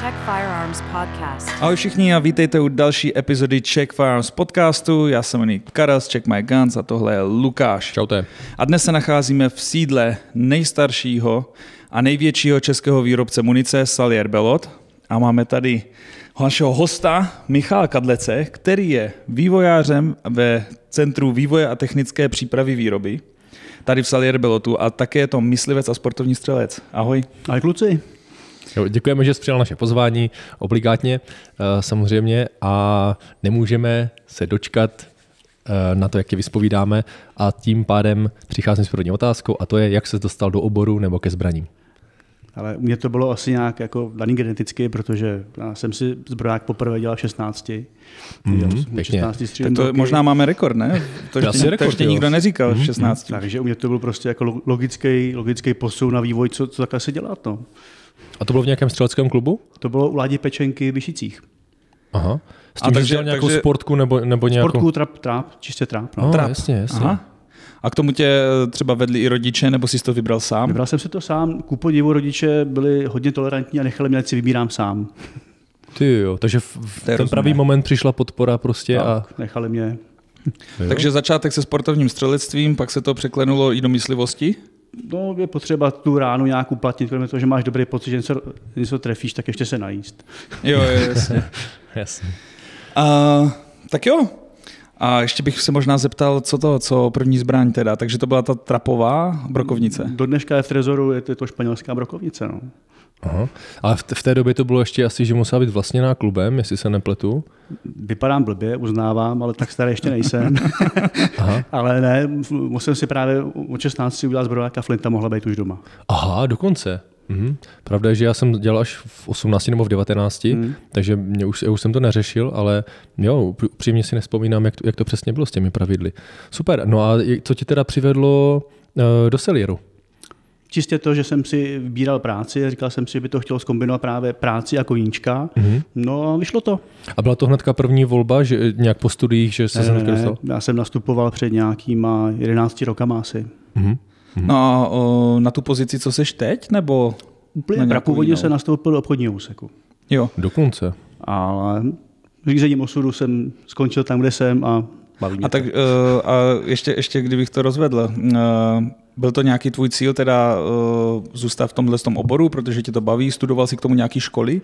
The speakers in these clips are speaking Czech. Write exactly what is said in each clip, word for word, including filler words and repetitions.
Czech Firearms Podcast. Ahoj všichni a vítejte u další epizody Czech Firearms Podcastu. Já se jmenuji Karel z Check My Guns a tohle je Lukáš. Čaute. A dnes se nacházíme v sídle nejstaršího a největšího českého výrobce munice Salier Belot. A máme tady našeho hosta Michala Kadlece, který je vývojářem ve Centru vývoje a technické přípravy výroby tady v Salier Belotu a také je to myslivec a sportovní střelec. Ahoj. Ahoj kluci. Jo, děkujeme, že jsi přijal naše pozvání, obligátně samozřejmě, a nemůžeme se dočkat na to, jak tě vyspovídáme, a tím pádem přicházím s první otázkou, a to je, jak ses dostal do oboru nebo ke zbraním. Ale u mě to bylo asi nějak jako daný geneticky, protože já jsem si zbroják poprvé dělal v šestnácti. Mm-hmm, šestnácti tak to možná máme rekord, ne? To ještě, to rekord, ještě nikdo neříkal mm-hmm. v šestnácti. Takže u mě to byl prostě jako logický, logický posun na vývoj, co, co takhle se dělat. No. A to bylo v nějakém střeleckém klubu? To bylo u Ládi Pečenky v Vyšicích. Aha. S tím, a takže, že nějakou takže... sportku nebo, nebo nějakou... Sportku, trap, trap, čistě trap. No. Oh, trap. Jasně, jasně. Aha. A k tomu tě třeba vedli i rodiče, nebo jsi to vybral sám? Vybral jsem si to sám. Ku podivu rodiče byli hodně tolerantní a nechali mě, ať si vybírám sám. Ty jo, takže v, v ten pravý moment přišla podpora prostě tak, a... nechali mě. Takže začátek se sportovním střelectvím, pak se to překlenulo i do myslivosti? No, je potřeba tu ránu nějak uplatnit, kromě toho, že máš dobrý pocit, že něco, něco trefíš, tak ještě se najíst. Jo, jasně. jasně. Uh, tak jo. A ještě bych se možná zeptal, co to, co první zbraň teda. Takže to byla ta trapová brokovnice. Do dneška je v trezoru, je to, to španělská brokovnice. No. Aha. Ale v, v té době to bylo ještě asi, že musela být vlastněná klubem, jestli se nepletu. Vypadám blbě, uznávám, ale tak starý ještě nejsem. Aha. Ale ne, musím si právě od šestnácti udělat zbroják a flinta mohla být už doma. Aha, dokonce. Mhm. Pravda je, že já jsem dělal až v osmnácti nebo v devatenácti, mm. takže mě už, už jsem to neřešil, ale jo, upřímně si nevzpomínám, jak to, jak to přesně bylo s těmi pravidly. Super, no a co tě teda přivedlo uh, do Salieru? Čistě to, že jsem si vybíral práci, říkal jsem si, že by to chtěl zkombinovat právě práci a koníčka, mm. no a vyšlo to. A byla to hnedka první volba, že nějak po studiích, že se ne, sem ne, dostal? Já jsem nastupoval před nějakýma jedenácti rokama asi. Mm. No a o, na tu pozici, co seš teď, nebo? Úplně prapůvodně se nastoupil do obchodního úseku. Jo. Dokonce. Ale řízením osudu jsem skončil tam, kde jsem a baví mě a tak uh, a ještě, ještě kdybych to rozvedl, uh, byl to nějaký tvůj cíl, teda uh, zůstat v tomhle tom oboru, protože tě to baví, studoval jsi k tomu nějaký školy?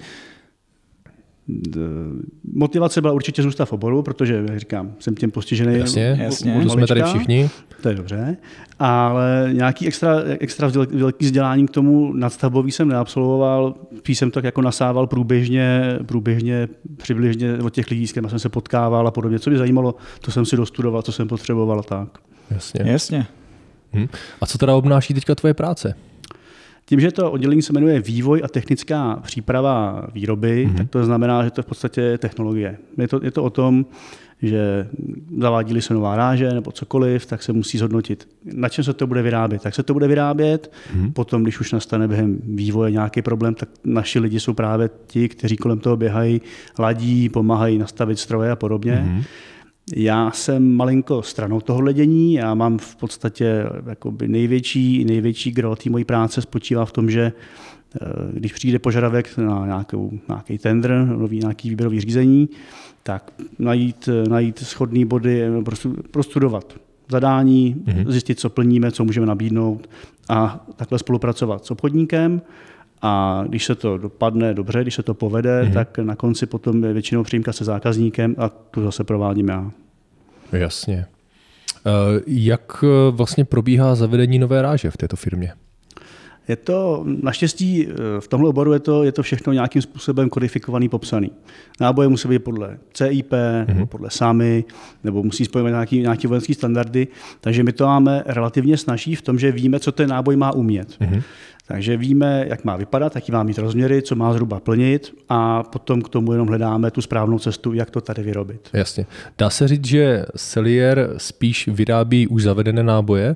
Motivace byla určitě zůstat v oboru, protože, jak říkám, jsem tím postižený. Jasně, jasně. To jsme tady všichni. To je dobře. Ale nějaký extra, extra velký vzdělání k tomu nadstavbový jsem neabsolvoval. Spíš jsem tak jako nasával průběžně, průběžně přibližně od těch lidí, s kterými jsem se potkával a podobně. Co mě zajímalo, to jsem si dostudoval, co jsem potřeboval, tak. Jasně. Jasně. Hm. A co teda obnáší teďka tvoje práce? Tím, že to oddělení se jmenuje vývoj a technická příprava výroby, mm-hmm. tak to znamená, že to je v podstatě technologie. Je to, je to o tom, že zavádí se nová ráže nebo cokoliv, tak se musí zhodnotit, na čem se to bude vyrábět. Tak se to bude vyrábět, mm-hmm. potom, když už nastane během vývoje nějaký problém, tak naši lidi jsou právě ti, kteří kolem toho běhají, ladí, pomáhají nastavit stroje a podobně. Mm-hmm. Já jsem malinko stranou toho ledění, já mám v podstatě jakoby největší, největší gro té mojí práce spočívá v tom, že když přijde požadavek na nějakou, nějaký tender, nový, nějaký výběrový řízení, tak najít, najít shodné body, prostudovat zadání, mm-hmm. zjistit, co plníme, co můžeme nabídnout a takhle spolupracovat s obchodníkem. A když se to dopadne dobře, když se to povede, mm-hmm. tak na konci potom je většinou přímka se zákazníkem a tu zase provádím já. Jasně. Jak vlastně probíhá zavedení nové ráže v této firmě? Je to, naštěstí v tomhle oboru je to, je to všechno nějakým způsobem kodifikovaný, popsaný. Náboje musí být podle C I P, mm-hmm. nebo podle SAMI, nebo musí spojovat nějaký, nějaký vojenský standardy, takže my to máme relativně snazší v tom, že víme, co ten náboj má umět. Mm-hmm. Takže víme, jak má vypadat, jaký má mít rozměry, co má zhruba plnit a potom k tomu jenom hledáme tu správnou cestu, jak to tady vyrobit. Jasně. Dá se říct, že Salier spíš vyrábí už zavedené náboje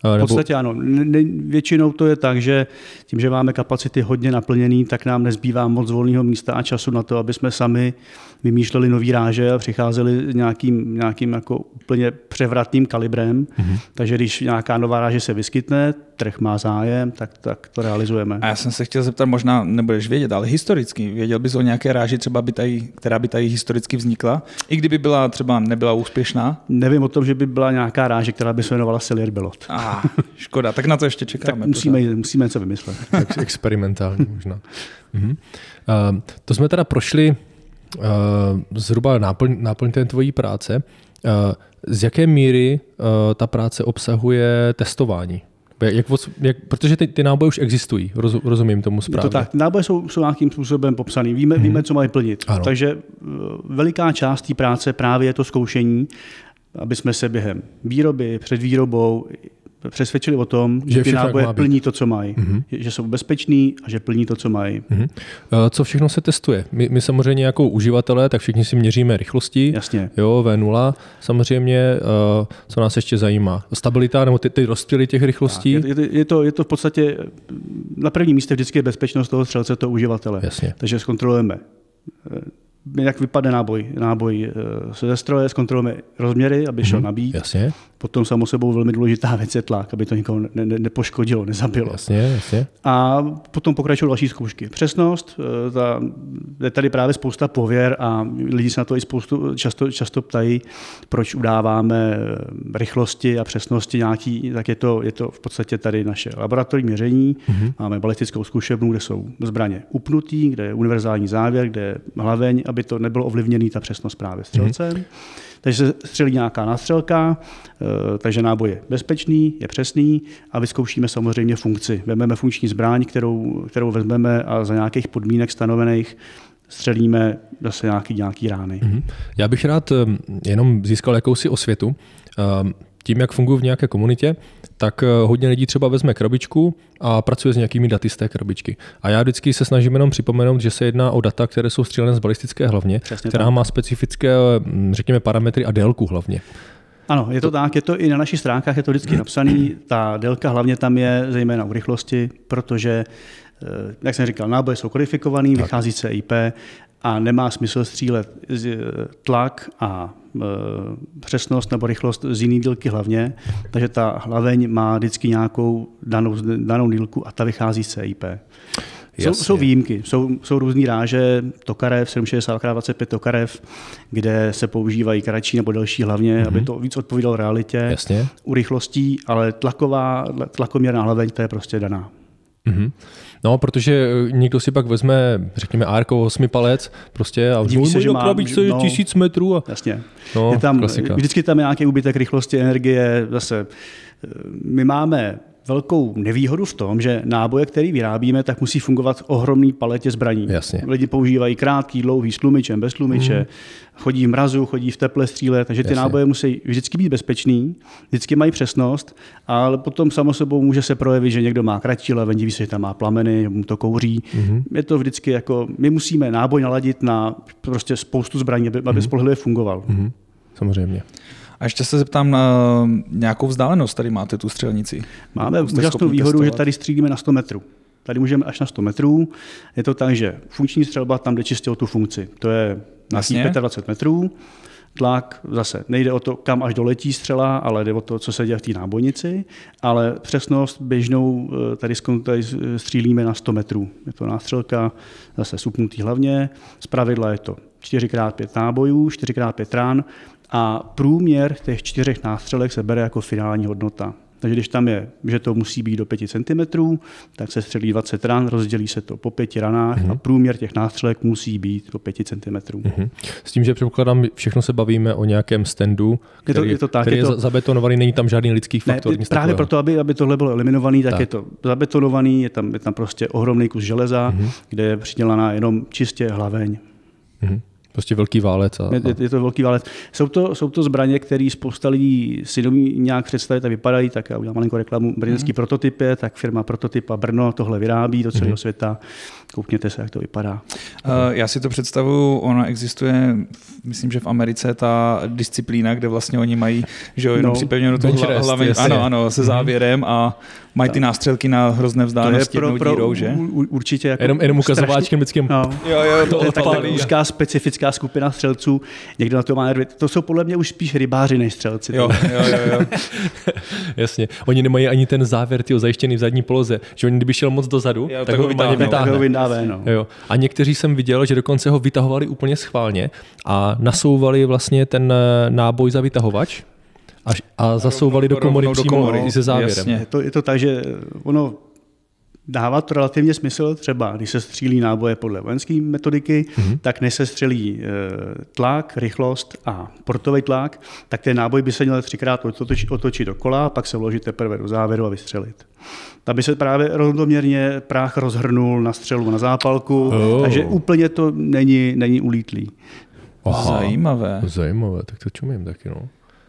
V podstatě ano. Ne, většinou to je tak, že tím, že máme kapacity hodně naplněný, tak nám nezbývá moc volného místa a času na to, aby jsme sami vymýšleli nový ráže a přicházeli nějakým, nějakým jako úplně převratným kalibrem. Mm-hmm. Takže když nějaká nová ráže se vyskytne, trh má zájem, tak, tak to realizujeme. A já jsem se chtěl zeptat, možná nebudeš vědět, ale historicky. Věděl bys o nějaké ráži, třeba by tady, která by tady historicky vznikla? I kdyby byla třeba nebyla úspěšná? Nevím o tom, že by byla nějaká ráže, která by se jmenovala Salier Belot. Ah, škoda, tak na to ještě čekáme. Tak musíme, musíme něco vymyslet. Tak experimentální možná. Mhm. Uh, to jsme teda prošli uh, zhruba náplň, náplň té tvojí práce. Uh, z jaké míry uh, ta práce obsahuje testování? Jak, jak, protože ty, ty náboje už existují, roz, rozumím tomu správně. Je to tak, náboje jsou, jsou nějakým způsobem popsaný, víme, hmm. víme, co mají plnit. Ano. Takže veliká část té práce právě je to zkoušení, aby jsme se během výroby, před výrobou přesvědčili o tom, že, že ty náboje plní to, co mají. Mm-hmm. Že jsou bezpeční a že plní to, co mají. Mm-hmm. Co všechno se testuje? My, my samozřejmě jako uživatelé, tak všichni si měříme rychlosti. Jasně. Jo, V nula. Samozřejmě, co nás ještě zajímá? Stabilita nebo ty, ty rozptyly těch rychlostí? Je, je, je, to, je to v podstatě na prvním místě vždycky je bezpečnost toho střelce, toho uživatele. Jasně. Takže zkontrolujeme, jak vypadne náboj, náboj ze stroje, zkontrolujeme rozměry, aby šel nabít. Jasně. Potom samo sebou velmi důležitá věc je tlak, aby to nikoho ne, ne, nepoškodilo, nezabilo. Jasně, jasně. A potom pokračují další zkoušky. Přesnost, ta, je tady právě spousta pověr a lidi se na to i spoustu, často, často ptají, proč udáváme rychlosti a přesnosti nějaký, tak je to, je to v podstatě tady naše laboratorní měření. Mm-hmm. Máme balistickou zkušebnu, kde jsou zbraně upnutý, kde je univerzální závěr, kde je hlaveň, aby to nebylo ovlivněné ta přesnost právě střelcem. Mm-hmm. Takže se střelí nějaká nástřelka, takže náboj je bezpečný, je přesný a vyzkoušíme samozřejmě funkci. Vezmeme funkční zbraň, kterou, kterou vezmeme a za nějakých podmínek stanovených střelíme zase nějaký, nějaký rány. Já bych rád jenom získal jakousi osvětu. Tím, jak funguji v nějaké komunitě, tak hodně lidí třeba vezme krabičku a pracuje s nějakými daty z té krabičky. A já vždycky se snažím jenom připomenout, že se jedná o data, které jsou střílené z balistické hlavně, přesně která tak má specifické, řekněme, parametry a délku hlavně. Ano, je to, to tak, je to i na našich stránkách, je to vždycky napsané. Ta délka hlavně tam je zejména u rychlosti, protože, jak jsem říkal, náboje jsou kodifikovaný, tak. Vychází C I P a nemá smysl střílet tlak a přesnost nebo rychlost z jiný dílky hlavně, takže ta hlaveň má vždycky nějakou danou, danou dílku a ta vychází z C I P. Jsou, jsou výjimky, jsou, jsou různý ráže, Tokarev, sedm set šedesát krát dvacet pět Tokarev, kde se používají kratší nebo delší hlavně, mm-hmm. aby to víc odpovídalo realitě. Jasně. U rychlostí, ale tlaková, tlakoměrná hlaveň, to je prostě daná. Mm-hmm. No, protože někdo si pak vezme, řekněme, árko osmi palec prostě a díví se, že má krabičce no, tisíc metrů. A... Jasně. No, je tam, klasika. Vždycky tam je nějaký úbytek rychlosti, energie. Zase my máme velkou nevýhodu v tom, že náboje, který vyrábíme, tak musí fungovat v ohromný paletě zbraní. Jasně. Lidi používají krátký, dlouhý, s tlumičem, bez tlumiče, mm. chodí v mrazu, chodí v teple střílet, takže ty Jasně. náboje musí vždycky být bezpečný, vždycky mají přesnost, ale potom samo sebou může se projevit, že někdo má kratší hlaveň, diví se, že tam má plameny, mu to kouří. Mm. Je to vždycky jako, my musíme náboj naladit na prostě spoustu zbraní, aby, aby mm. spolehlivě fungoval. Mm. Samozřejmě. A ještě se zeptám na nějakou vzdálenost, tady máte tu střelnici. Máme úžasnou výhodu, testovat. Že tady střílíme na sto metrů. Tady můžeme až na sto metrů. Je to tak, že funkční střelba tam jde čistě o tu funkci. To je na dvacet pět metrů. Tlak zase nejde o to, kam až doletí střela, ale jde o to, co se děje v té nábojnici. Ale přesnost běžnou tady, tady střílíme na sto metrů. Je to nástřelka zase supnutý hlavně. Zpravidla je to čtyři krát pět nábojů, čtyři krát pět rán. A průměr těch čtyřech nástřelek se bere jako finální hodnota. Takže když tam je, že to musí být do pěti centimetrů, tak se střelí dvacet ran, rozdělí se to po pěti ranách mm-hmm. a průměr těch nástřelek musí být do pěti centimetrů. Mm-hmm. S tím, že předpokládám, všechno se bavíme o nějakém standu, který je, to, je, to tak, který je, to, je zabetonovaný, není tam žádný lidský faktor. Ne, právě takového. Proto, aby, aby tohle bylo eliminovaný, tak, tak je to zabetonovaný, je tam, je tam prostě ohromný kus železa, mm-hmm. kde je přidělaná jenom čistě hlaveň. Mm-hmm. Prostě velký válec. A, a... Je, je to velký válec. Jsou to, jsou to zbraně, které spousta lidí si domí nějak představit a vypadají, tak já udělám malinkou reklamu. Brněnský mm. prototypy, tak firma Prototypa Brno tohle vyrábí do celého mm. světa. Koukněte se, jak to vypadá. Uh, já si to představuju, ona existuje, myslím, že v Americe ta disciplína, kde vlastně oni mají, že jo, jenom no, připevněnou tu hlavu, ano, ano, se závěrem a mají ty nástřelky na hrozné vzdálenosti jednou dírou, že? Určitě. Jako jenom, jenom ukazováčkem vždycky. No. Jo, jo, to, to je odpálí. Tak úzká specifická skupina střelců, někdo na to má nervy. To jsou podle mě už spíš rybáři než střelci. Jo, jo, jo, jo. Jasně. Oni nemají ani ten závěr tyho zajištěný v zadní poloze, že oni kdyby šel moc dozadu, jo, tak ho vytáhne. vytáhne. No. Jo. A někteří jsem viděl, že dokonce ho vytahovali úplně schválně a nasouvali vlastně ten náboj za vytahovač a, a zasouvali do komory do přímo komory, se závěrem. Je to, je to tak, že ono dává to relativně smysl, třeba když se střílí náboje podle vojenské metodiky, mm-hmm. tak než se střelí tlak, rychlost a portový tlak, tak ten náboj by se měl třikrát otočit, otočit dokola, pak se vložit teprve do závěru a vystřelit. Aby se právě rovnoměrně prach rozhrnul na střelu, na zápalku, oh. takže úplně to není, není ulítlý. Aha, zajímavé. Zajímavé, tak to čumím taky, no.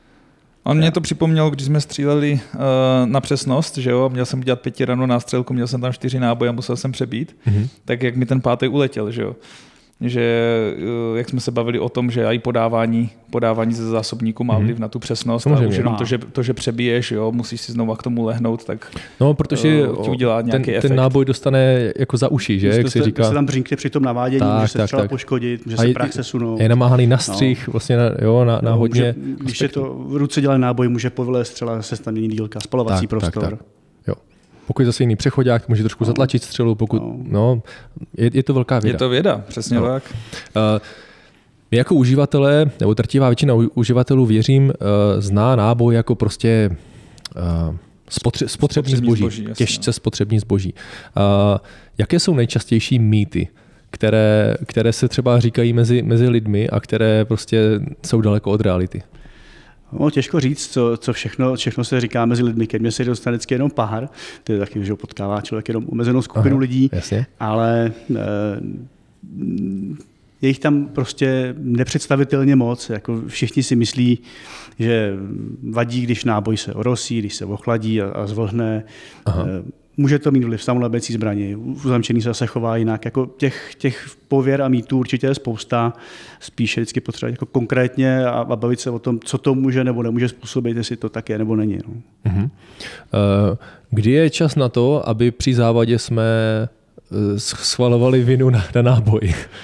On mě to připomněl, když jsme stříleli uh, na přesnost, že jo, měl jsem dělat pětiranou nástřelku, měl jsem tam čtyři náboje a musel jsem přebít, mm-hmm. tak jak mi ten pátý uletěl, že jo. Že uh, jak jsme se bavili o tom, že i podávání, podávání ze zásobníku má vliv mm-hmm. na tu přesnost samozřejmě. A už jenom to že, to, že přebiješ, jo, musíš si znovu k tomu lehnout, tak no, protože uh, ti udělá nějaký ten, efekt. ten náboj dostane jako za uši, že, jak se říká. Se tam břínkne při tom navádění, tak, může se tak, třeba tak. poškodit, může se prach sesunout. Je namáhaný na střih, no. vlastně na, jo, na, na no, hodně může, když je to v ruce dělaný náboj, může povylet střela, se tam mění dílka, spalovací tak, prostor. Tak, tak. Jo. Pokud je zase jiný přechodák, může trošku no. zatlačit střelu, pokud, no, no je, je to velká věda. Je to věda, přesně no. tak. Uh, my jako uživatelé, nebo drtivá většina uživatelů, věřím, uh, zná náboj jako prostě uh, spotře- spotřební, spotřební zboží, zboží těžce spotřební zboží. Uh, jaké jsou nejčastější mýty, které, které se třeba říkají mezi, mezi lidmi a které prostě jsou daleko od reality? No, těžko říct, co, co všechno, všechno se říká mezi lidmi. Ke mně se dostane vždycky jenom pár, to je taky, že potkává člověk jenom omezenou skupinu Aha, lidí, jasně. ale e, je jich tam prostě nepředstavitelně moc. Jako všichni si myslí, že vadí, když náboj se orosí, když se ochladí a, a zvlhne. Aha. E, Může to mít vliv samonabíjecí zbraně, uzamčený se zase chová jinak. Jako těch, těch pověr a mýtů určitě je spousta, spíše vždycky potřeba jako konkrétně a, a bavit se o tom, co to může nebo nemůže způsobit, jestli to tak je nebo není. No. Uh-huh. Kdy je čas na to, aby při závadě jsme schvalovali vinu na, na náboj?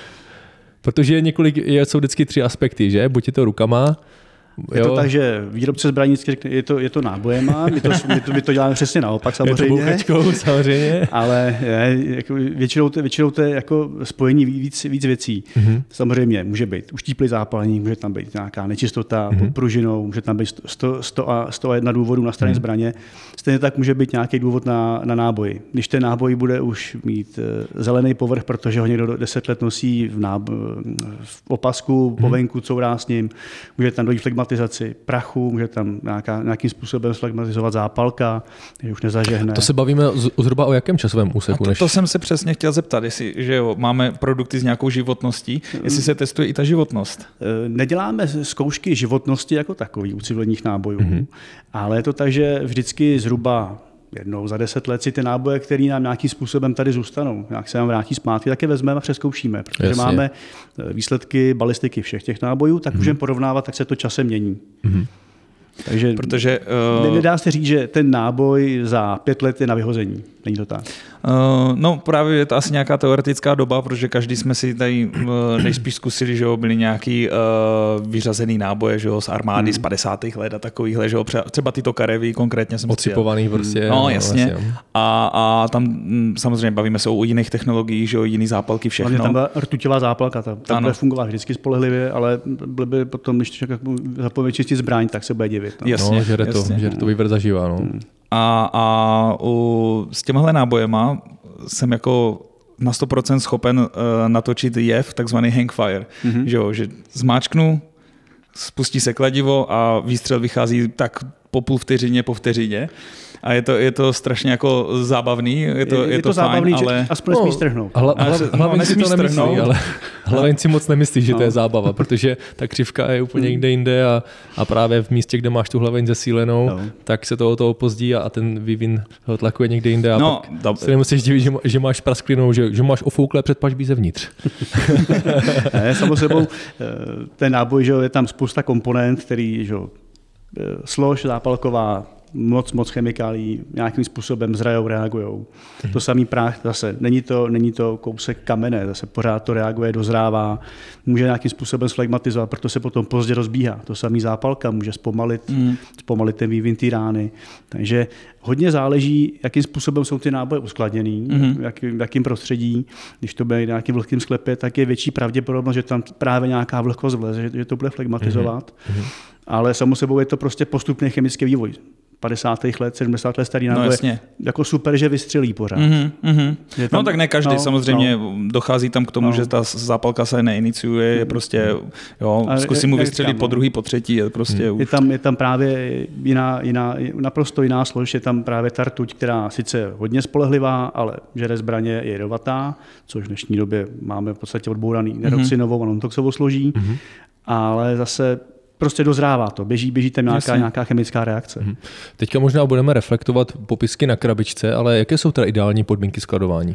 Protože je několik, jsou vždycky tři aspekty, že? Buď je to rukama, je to tak, že výrobce zbraní řekne, je to, je to nábojema, my to, my, to, my to děláme přesně naopak samozřejmě. Je to bouchačkou, samozřejmě. Ale je, jako většinou, to, většinou to je jako spojení víc, víc věcí. Mm-hmm. Samozřejmě může být uštíplý zápalení, může tam být nějaká nečistota mm-hmm. pod pružinou, může tam být sto, sto, a, sto a jedna důvodů na straně mm-hmm. zbraně. Stejně tak může být nějaký důvod na, na náboji. Když ten náboj bude už mít zelený povrch, protože ho někdo deset let nosí v, náb, v opasku, po venku, courá s ním, může tam dojít flegmatizaci prachu, může tam nějaká, nějakým způsobem flegmatizovat zápalka, že už nezažehne. To se bavíme zhruba o jakém časovém úseku? To, než... to jsem se přesně chtěl zeptat, jestli že jo, máme produkty s nějakou životností, jestli se testuje i ta životnost. Neděláme zkoušky životnosti jako takový u civilních nábojů, mm-hmm. ale je to tak, že vždycky zhruba jednou za deset let si ty náboje, které nám nějakým způsobem tady zůstanou, nějak se nám vrátí zpátky, tak je vezmeme a přezkoušíme. Protože Jasně. máme výsledky balistiky všech těch nábojů, tak mm-hmm. můžeme porovnávat, tak se to časem mění. Mm-hmm. Takže Protože, uh, nedá se říct, že ten náboj za pět let je na vyhození. Není to tak? Uh, no právě je to asi nějaká teoretická doba, protože každý jsme si tady uh, nejspíš zkusili, že jo, byly nějaký uh, vyřazený náboje, že jo, z armády hmm. z padesátých let a takovýchhle, že jo, třeba tyto karevy konkrétně jsem Ocipovaný prostě. No, no jasně. Vlastně. A, a tam m, samozřejmě bavíme se o jiných technologiích, že jo, jiný zápalky, všechno. Hlavně tam byla rtuťová zápalka, ta, ta bude fungovat vždycky spolehlivě, ale by potom, když člověk zapomene čistit zbraň, tak se bude divit. No, jasně, no žere to, žere to vyvr zažívá, no. Hmm. A, a u, s těmhle nábojema jsem jako na sto procent schopen uh, natočit jev, takzvaný hangfire. Mm-hmm. Že, jo, že zmáčknu, spustí se kladivo a výstřel vychází tak po půl vteřině, po vteřině. A je to, je to strašně jako zábavný, je to, je, je to, to fajn, zábavný, ale... aspoň nesmí strhnout. Hla, hla, no, hlavně si to nemyslí, strhnout. ale hlavně si moc nemyslí, že no. to je zábava, protože ta křivka je úplně někde jinde a, a právě v místě, kde máš tu hlaveň zesílenou, no. tak se to o toho pozdí a, a ten vývin toho tlaku je někde jinde a no, pak do... se nemusíš divit, že, že máš prasklinou, že, že máš ofouklé předpažbí zevnitř. Ne, samozřejmě ten náboj, že je tam spousta komponent, který že, slož zápalková, moc, moc chemikálií, nějakým způsobem zrajou, reagujou. Hmm. To samý prach, zase není to, není to kousek kamene, zase pořád to reaguje, dozrává, může nějakým způsobem sflegmatizovat, proto se potom pozdě rozbíhá. To samý zápalka může zpomalit, hmm. zpomalit ten vývin té rány. Takže hodně záleží, jakým způsobem jsou ty náboje uskladněný, hmm. jak, v jakým prostředí. Když to bude v nějakým vlhkým sklepě, tak je větší pravděpodobnost, že tam právě nějaká vlhkost vleze, že, že to bude flegmatizovat. Hmm. Ale samo sebou je to prostě postupný chemický vývoj. padesátých let, sedmdesátých let starý náboje, no, jako super, že vystřelí pořád. Mm-hmm, mm-hmm. Tam, no tak ne každý, no, samozřejmě no. dochází tam k tomu, no. že ta zápalka se neiniciuje, je prostě, jo, zkusím mu vystřelit po druhý, po třetí, je prostě je už... tam, je tam právě jiná, jiná, naprosto jiná slož, je tam právě ta rtuť, která sice je hodně spolehlivá, ale žere zbraně je jedovatá, což v dnešní době máme v podstatě odbouraný neroxinovou a nontoxovou složí, mm-hmm. ale zase prostě dozrává to, běží, běží tam nějaká, nějaká chemická reakce. Hmm. Teďka možná budeme reflektovat popisky na krabičce, ale jaké jsou teda ideální podmínky skladování?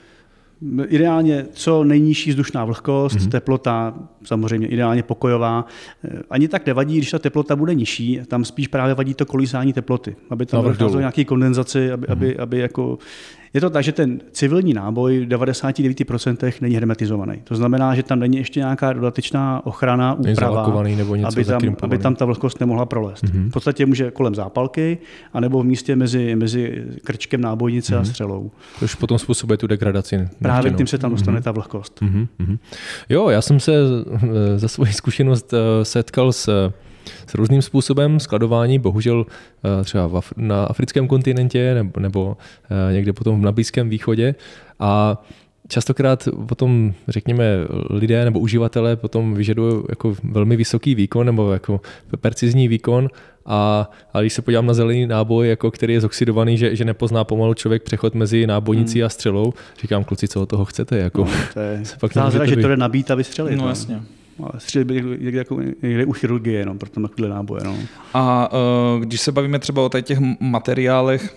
Ideálně co nejnižší vzdušná vlhkost, mm-hmm. teplota, samozřejmě ideálně pokojová. Ani tak nevadí, když ta teplota bude nižší, tam spíš právě vadí to kolísání teploty, aby tam docházelo nějaké kondenzaci, aby, mm-hmm. aby, aby jako... Je to tak, že ten civilní náboj v devadesát devět procent není hermetizovaný. To znamená, že tam není ještě nějaká dodatečná ochrana, úprava, nebo něco aby, tam, aby tam ta vlhkost nemohla prolézt. Mm-hmm. V podstatě může kolem zápalky, anebo v místě mezi, mezi krčkem nábojnice mm-hmm. a střelou. To už potom způsobuje tu degradaci. Právě tím se tam dostane mm-hmm. ta vlhkost. Mm-hmm. Jo, já jsem se za svoji zkušenost setkal s s různým způsobem skladování, bohužel třeba na africkém kontinentě nebo, nebo někde potom na Blízkém východě a častokrát potom, řekněme, lidé nebo uživatelé potom vyžadují jako velmi vysoký výkon nebo jako precizní výkon a, a když se podívám na zelený náboj, jako který je zoxidovaný, že, že nepozná pomalu člověk přechod mezi nábojnicí hmm. a střelou, říkám, kluci, co od toho chcete? Jako, no, to je zázrak, že to jde nabít a vystřelit. No jasně. Ale střelit někde, jako, někde u chirurgie jenom, proto takovýhle náboje. No. A uh, když se bavíme třeba o těch materiálech,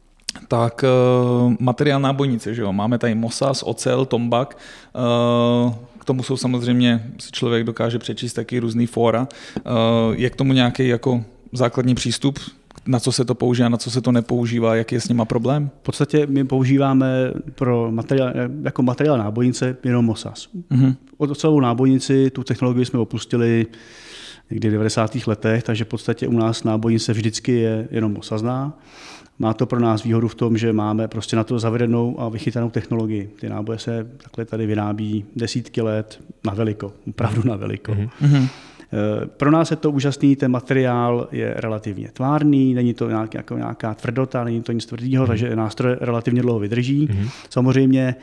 tak uh, materiál nábojnice, že jo? Máme tady mosas, ocel, tombak, uh, k tomu jsou samozřejmě, si člověk dokáže přečíst taky různý fóra. Uh, je k tomu nějaký jako základní přístup, na co se to používá, na co se to nepoužívá, jaký je s nima problém? V podstatě my používáme pro materiál, jako materiál nábojnice jenom mosas. Mm-hmm. Od ocelovou nábojnici tu technologii jsme opustili někdy v devadesátých letech, takže v podstatě u nás nábojnice vždycky je jenom mosazná. Má to pro nás výhodu v tom, že máme prostě na to zavedenou a vychytanou technologii. Ty náboje se takhle tady vyrábí desítky let na veliko, opravdu na veliko. Mm-hmm. Pro nás je to úžasný, ten materiál je relativně tvárný, není to nějak, jako nějaká tvrdota, není to nic tvrdého, mm-hmm. takže nástroj relativně dlouho vydrží. Mm-hmm. Samozřejmě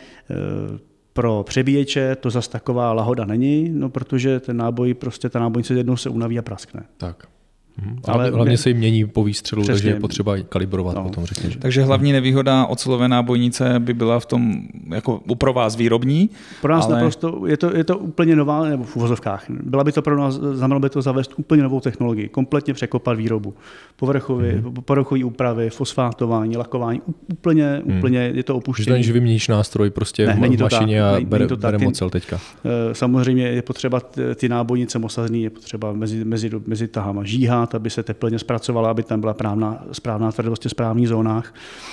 pro přebíječe to zas taková lahoda není, no, protože ten náboj, prostě ta nábojnice jednou se unaví a praskne. Tak. Ale hlavně se jim mění po výstřelu, přesně, takže je potřeba kalibrovat no. potom, řekněme. Takže hlavní nevýhoda ocelové nábojnice by byla v tom, jako pro vás výrobní. Pro nás ale... naprosto, je to, je to úplně nová, nebo v uvozovkách, byla by to pro nás, znamenalo by to zavést úplně novou technologii, kompletně překopat výrobu. Povrchový, hmm. povrchové úpravy, fosfátování, lakování, úplně, hmm. úplně je to opuštěné. Že vyměníš nástroj prostě ne, v mašině tak, a bere, berem ocel teďka. Samozřejmě je potřeba ty nábojnice mosazný, je potřeba mezi, mezi, mezi tahama žíhat, aby se teplně zpracovala, aby tam byla právná, správná tvrdost v správných zónách.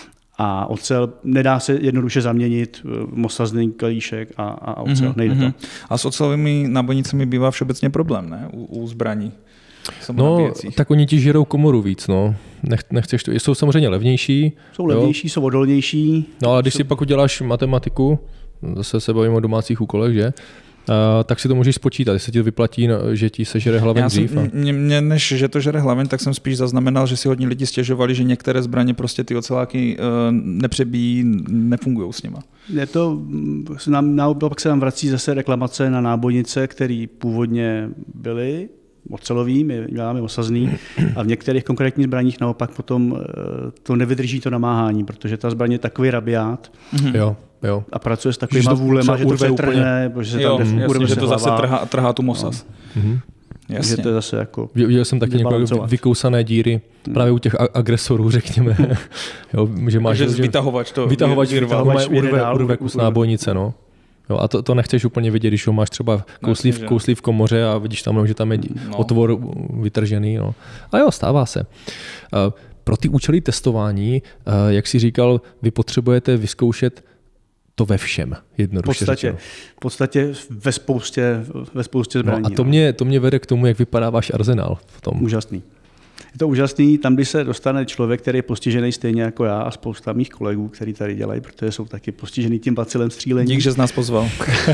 A ocel nedá se jednoduše zaměnit mosazný kalíšek a, a ocel. Mm-hmm. Nejde to. A s ocelovými nábojnicemi bývá všeobecně problém, ne? U, u zbraní. No, tak oni ti žerou komoru víc, no. Nech, nechceš to. Jsou samozřejmě levnější. Jsou levnější, jo. Jsou odolnější. No, ale když jsou... si pak uděláš matematiku, zase se bavím o domácích úkolech, že? Uh, tak si to můžeš spočítat, jestli ti to vyplatí, že ti sežere hlaveň dřív. A... Mě, mě, než že to žere hlaveň, tak jsem spíš zaznamenal, že si hodně lidi stěžovali, že některé zbraně prostě ty oceláky uh, nepřebíjí, nefungují s nima. Je to, nám, naopak se nám vrací zase reklamace na nábojnice, které původně byly ocelový, my děláme osazný a v některých konkrétních zbraních naopak potom to nevydrží to namáhání, protože ta zbraň je takový rabiát. Mm-hmm. Jo. Jo. A pracuje s takovýma vůlema, že to se trhne, že se jo, tam jasně, že se to hlava. zase trhá, trhá tu mosaz. No. Mm-hmm. Jasně. To je zase jako viděl jsem taky několik vykousané díry hmm. právě u těch agresorů, řekněme. jo, že máš že vytahovač to vytahovač, vytahovač urve, urve kus nábojnice, no. Jo, a to, to nechceš úplně vidět, když ho máš třeba kouslí v, kouslí v komoře a vidíš tam, že tam je no. otvor vytržený. No. A jo, stává se. Pro ty účely testování, jak jsi říkal, vy potřebujete vyzkoušet to ve všem, jednoduše v podstatě, v podstatě ve spoustě, ve spoustě zbraní. No a to mě, to mě vede k tomu, jak vypadá váš arzenál v tom. Úžasný. Je to úžasný, tam, když se dostane člověk, který je postižený stejně jako já a spousta mých kolegů, kteří tady dělají, protože jsou taky postižený tím bacilem střílení. Dík, že jsi nás pozval.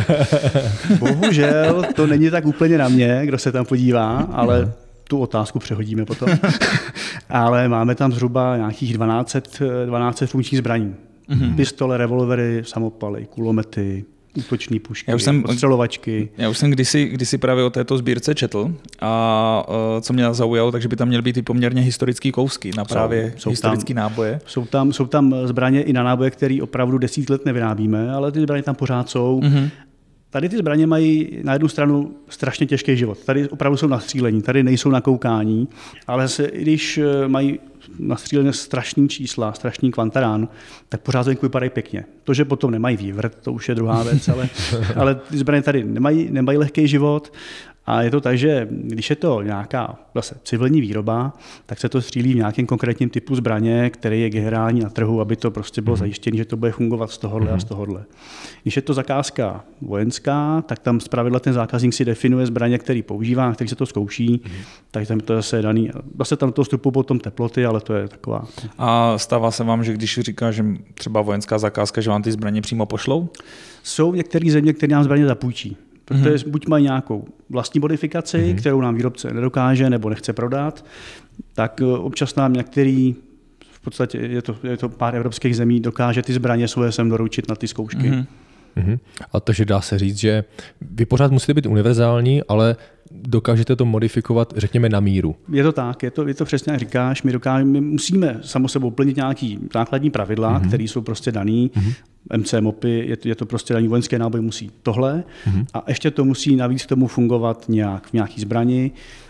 Bohužel to není tak úplně na mě, kdo se tam podívá, ale tu otázku přehodíme potom. Ale máme tam zhruba nějakých dvanáct set funkčních zbraní. Mm-hmm. Pistole, revolvery, samopaly, kulomety, útoční pušky, já už jsem, odstřelovačky. Já už jsem kdysi, kdysi právě o této sbírce četl a uh, co mě zaujalo, takže by tam měly být i poměrně historické kousky na právě jsou, jsou historické náboje. Jsou tam, jsou tam zbraně i na náboje, které opravdu desít let nevyrábíme, ale ty zbraně tam pořád jsou. Mm-hmm. Tady ty zbraně mají na jednu stranu strašně těžký život. Tady opravdu jsou na střílení, tady nejsou na koukání, ale se, i když mají nastřílené strašný čísla, strašný kvantarán, tak pořád venku vypadají pěkně. To, že potom nemají vývrt, to už je druhá věc, ale, ale ty zbraně tady nemají, nemají lehký život. A je to tak, že když je to nějaká zase civilní výroba, tak se to střílí v nějakém konkrétním typu zbraně, který je generální na trhu, aby to prostě bylo zajištěné, že to bude fungovat z tohohle a z tohohle. Když je to zakázka vojenská, tak tam zpravidla ten zákazník si definuje zbraně, který používá, na který se to zkouší, tak tam to je zase daný. Zase tam to vstupují potom teploty, ale to je taková. A stává se vám, že když říká, že třeba vojenská zakázka, že vám ty zbraně přímo pošlou? Jsou některé země, které nám zbraně zapůjčí. Protože mm-hmm. buď mají nějakou vlastní modifikaci, mm-hmm. kterou nám výrobce nedokáže nebo nechce prodat, tak občas nám některý, v podstatě je to, je to pár evropských zemí, dokáže ty zbraně svoje sem doručit na ty zkoušky. Mm-hmm. Mm-hmm. A takže dá se říct, že vy pořád musíte být univerzální, ale dokážete to modifikovat, řekněme, na míru. Je to tak, je to, je to přesně jak říkáš, my, dokážeme, my musíme samo sebou plnit nějaký základní pravidla, mm-hmm. které jsou prostě daný. Mm-hmm. M C mopy, je to, je to prostě daný vojenské náboj musí tohle mm-hmm. a ještě to musí navíc k tomu fungovat nějak v nějaký zbrani.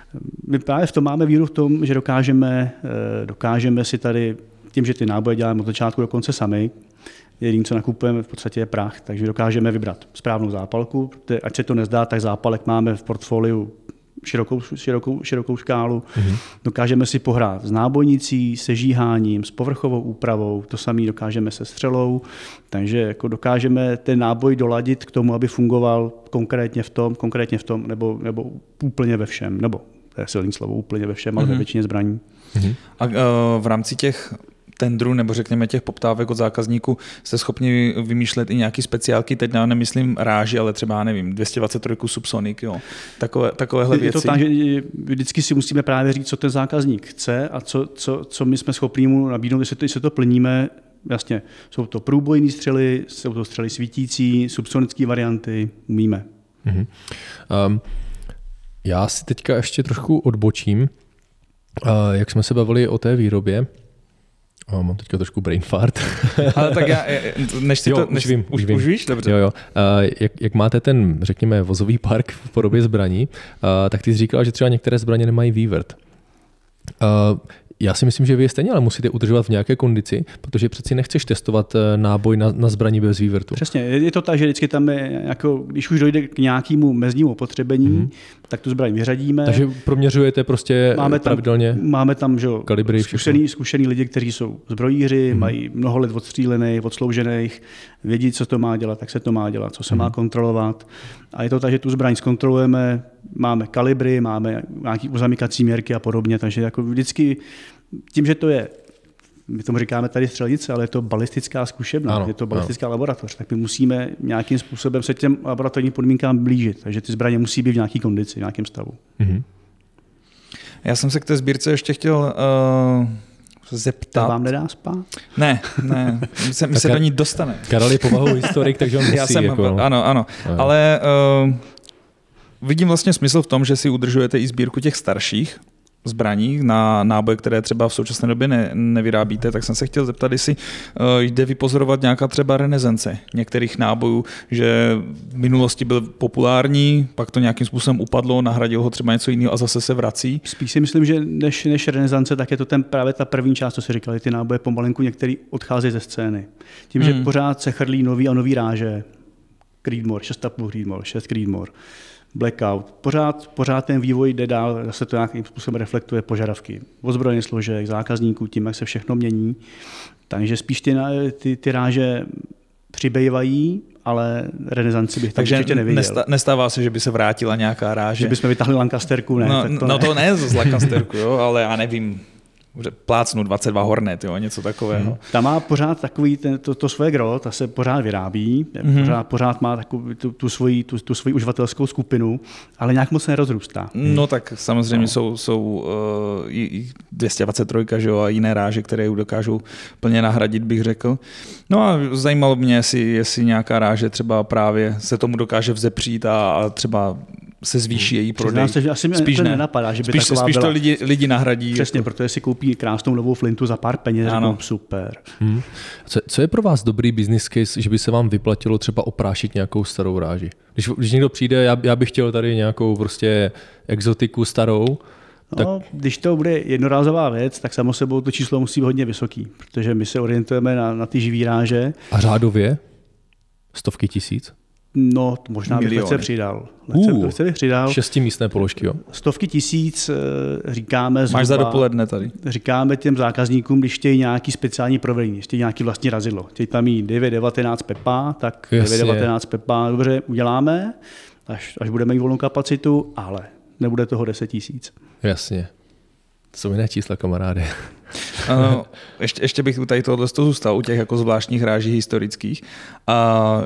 My právě v tom máme víru v tom, že dokážeme, dokážeme si tady, tím, že ty náboje děláme od začátku do konce sami, jediné, co nakupujeme, v podstatě je prach, takže dokážeme vybrat správnou zápalku. Ať se to nezdá, tak zápalek máme v portfoliu širokou, širokou, širokou škálu. Mm-hmm. Dokážeme si pohrát s nábojnicí, se žíháním, s povrchovou úpravou, to samé dokážeme se střelou, takže jako dokážeme ten náboj doladit k tomu, aby fungoval konkrétně v tom, konkrétně v tom, nebo, nebo úplně ve všem, nebo to je silný slovo, úplně ve všem, ale mm-hmm. ve většině zbraní. Mm-hmm. A uh, v rámci těch tendrů nebo řekněme těch poptávek od zákazníků jste schopni vymýšlet i nějaký speciálky, teď já nemyslím ráži, ale třeba, nevím, dvě stě dvacet tři Subsonic, jo. Takové, takovéhle věci. Je to tak, že vždycky si musíme právě říct, co ten zákazník chce a co, co, co my jsme schopni mu nabídnout, jestli to, jestli to plníme. Jasně, jsou to průbojné střely, jsou to střely svítící, subsonické varianty, umíme. Mm-hmm. Um, já si teďka ještě trošku odbočím, uh, jak jsme se bavili o té výrobě. Oh, mám teďka trošku brain fart. Ale tak já, než si jo, to... Než, už vím, už, vím. už víš? Dobře. Jo, jo. Uh, jak, jak máte ten, řekněme, vozový park v podobě zbraní, uh, tak ty jsi říkal, že třeba některé zbraně nemají vývrt. Uh, Já si myslím, že vy je stejně ale musíte udržovat v nějaké kondici, protože přeci nechceš testovat náboj na, na zbraní bez vývrtu. Přesně, je to tak, že vždycky tam je, jako, když už dojde k nějakému meznímu opotřebení, mm. tak tu zbraň vyřadíme. Takže proměřujete prostě máme tam, pravidelně máme tam že, kalibry, zkušený, zkušený lidi, kteří jsou zbrojíři, mm. mají mnoho let odstřílených, odsloužených, vědí, co to má dělat, tak se to má dělat, co se mm. má kontrolovat. A je to tak, že tu zbraň zkontrolujeme, máme kalibry, máme nějaké uzamykací měrky a podobně, takže jako vždycky tím, že to je, my tomu říkáme tady střelnice, ale je to balistická zkušebna, ano, je to balistická ano. laboratoř, tak my musíme nějakým způsobem se těm laboratorním podmínkám blížit, takže ty zbraně musí být v nějaké kondici, v nějakém stavu. Mm-hmm. Já jsem se k té sbírce ještě chtěl uh, zeptat. To vám nedá spát? Ne, ne, my se, my se do ní dostane. Karel je povahou historik, takže on musí. Já jsem, jako, ano, ano, no. Ale uh, vidím vlastně smysl v tom, že si udržujete i sbírku těch starších zbraní na náboje, které třeba v současné době ne, nevyrábíte, tak jsem se chtěl zeptat, jestli uh, jde vypozorovat nějaká třeba renesance některých nábojů, že v minulosti byl populární, pak to nějakým způsobem upadlo, nahradilo ho třeba něco jiného a zase se vrací. Spíš si myslím, že než, než renesance, tak je to ten, právě ta první část, co si říkali, ty náboje pomalinku některý odcházejí ze scény. Tím, hmm. že pořád se chrlí nový a nový ráže, Creedmoor, šest a půl Creedmoor, šest Creedmoor, Blackout. Pořád, pořád ten vývoj jde dál, zase to nějakým způsobem reflektuje požadavky ozbrojených složek, zákazníků, tím, jak se všechno mění. Takže spíš ty, ty, ty ráže přibývají, ale renesanci bych tam určitě neviděl. Takže nestává se, že by se vrátila nějaká ráže? Že bychom vytáhli Lancasterku, ne? No, tak to no ne. to ne z Lancasterku, jo, ale já nevím, plácnu dvacet dva Hornet, jo, něco takového. Hmm. Ta má pořád takový ten, to, to svoje gro, ta se pořád vyrábí, hmm. pořád, pořád má takovou, tu, tu, svoji, tu, tu svoji uživatelskou skupinu, ale nějak moc nerozrůstá. No tak samozřejmě no. jsou, jsou uh, i dvě stě dvacet tři, že jo, a jiné ráže, které ji dokážou plně nahradit, bych řekl. No a zajímalo mě, jestli, jestli nějaká ráže třeba právě se tomu dokáže vzepřít a, a třeba se zvýší její prodej. Se, že asi mě spíš to ne. nenapadá, že by spíš, taková spíš byla. to lidi, lidi nahradí. Přesně, jako... protože si koupí krásnou novou flintu za pár peněz, řeknou super. Hmm. Co, co je pro vás dobrý business case, že by se vám vyplatilo třeba oprášit nějakou starou ráži? Když, když někdo přijde, já, já bych chtěl tady nějakou prostě exotiku starou, tak... No, když to bude jednorázová věc, tak samo sebou to číslo musí být hodně vysoký, protože my se orientujeme na, na ty živý ráže. A řádově? Stovky tisíc? No, možná bych lehce přidal. Lehce, uh, lehce bych přidal. Šestimístné položky, jo? Stovky tisíc říkáme zhruba, máš za dopoledne tady. Říkáme těm zákazníkům, když chtějí nějaký speciální provedení, chtějí nějaký vlastní razidlo. Chtějí tam mít devět devatenáct Pepa, tak devět devatenáct Pepa, dobře, uděláme, až, až budeme mít volnou kapacitu, ale nebude toho deset tisíc. Jasně. To jsou jiné čísla, kamaráde. Uh, ještě, ještě bych tady tohle zůstal u těch jako zvláštních ráží historických. Uh,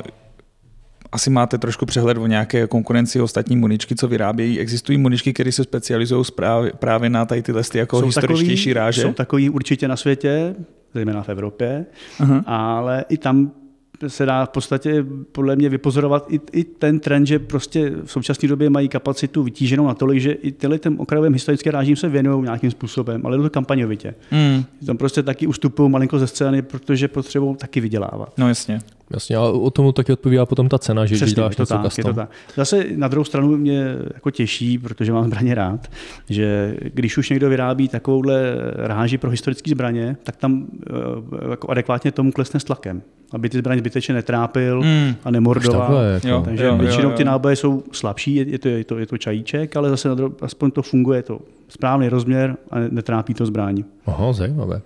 Asi máte trošku přehled o nějaké konkurenci ostatní muničky, co vyrábějí. Existují muničky, které se specializují právě, právě na tady tyhle jako jsou historičtější takový, ráže? Jsou takový určitě na světě, zejména v Evropě, uh-huh. ale i tam se dá v podstatě podle mě vypozorovat i, i ten trend, že prostě v současné době mají kapacitu vytíženou natolik, že i tyhle těm okrajovým historickým rážím se věnují nějakým způsobem, ale je to kampaňovitě. Mm. Tam prostě taky ustupují malinko ze scény, protože potřebují taky vydělávat. No jasně. Jasně, a o tomu taky odpovídá potom ta cena, že Přesně, když dáš je to něco tak, custom. je to tak. Zase na druhou stranu mě jako těší, protože mám zbraně rád, že když už někdo vyrábí takovouhle ráži pro historické zbraně, tak tam jako adekvátně tomu klesne s tlakem, aby ty zbraně zbytečně netrápil mm. a nemordoval. Jako. Takže jo, většinou jo, jo. ty náboje jsou slabší, je, je, to, je, to, je to čajíček, ale zase druhou, aspoň to funguje, to správný rozměr a netrápí to zbraní. Aha, zajímavé.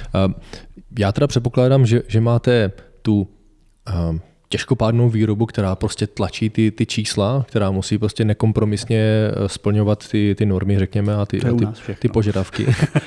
Já teda předpokládám, že, že máte tu um, těžkopádnou výrobu, která prostě tlačí ty, ty čísla, která musí prostě nekompromisně splňovat ty, ty normy, řekněme, a ty, a ty, ty požadavky.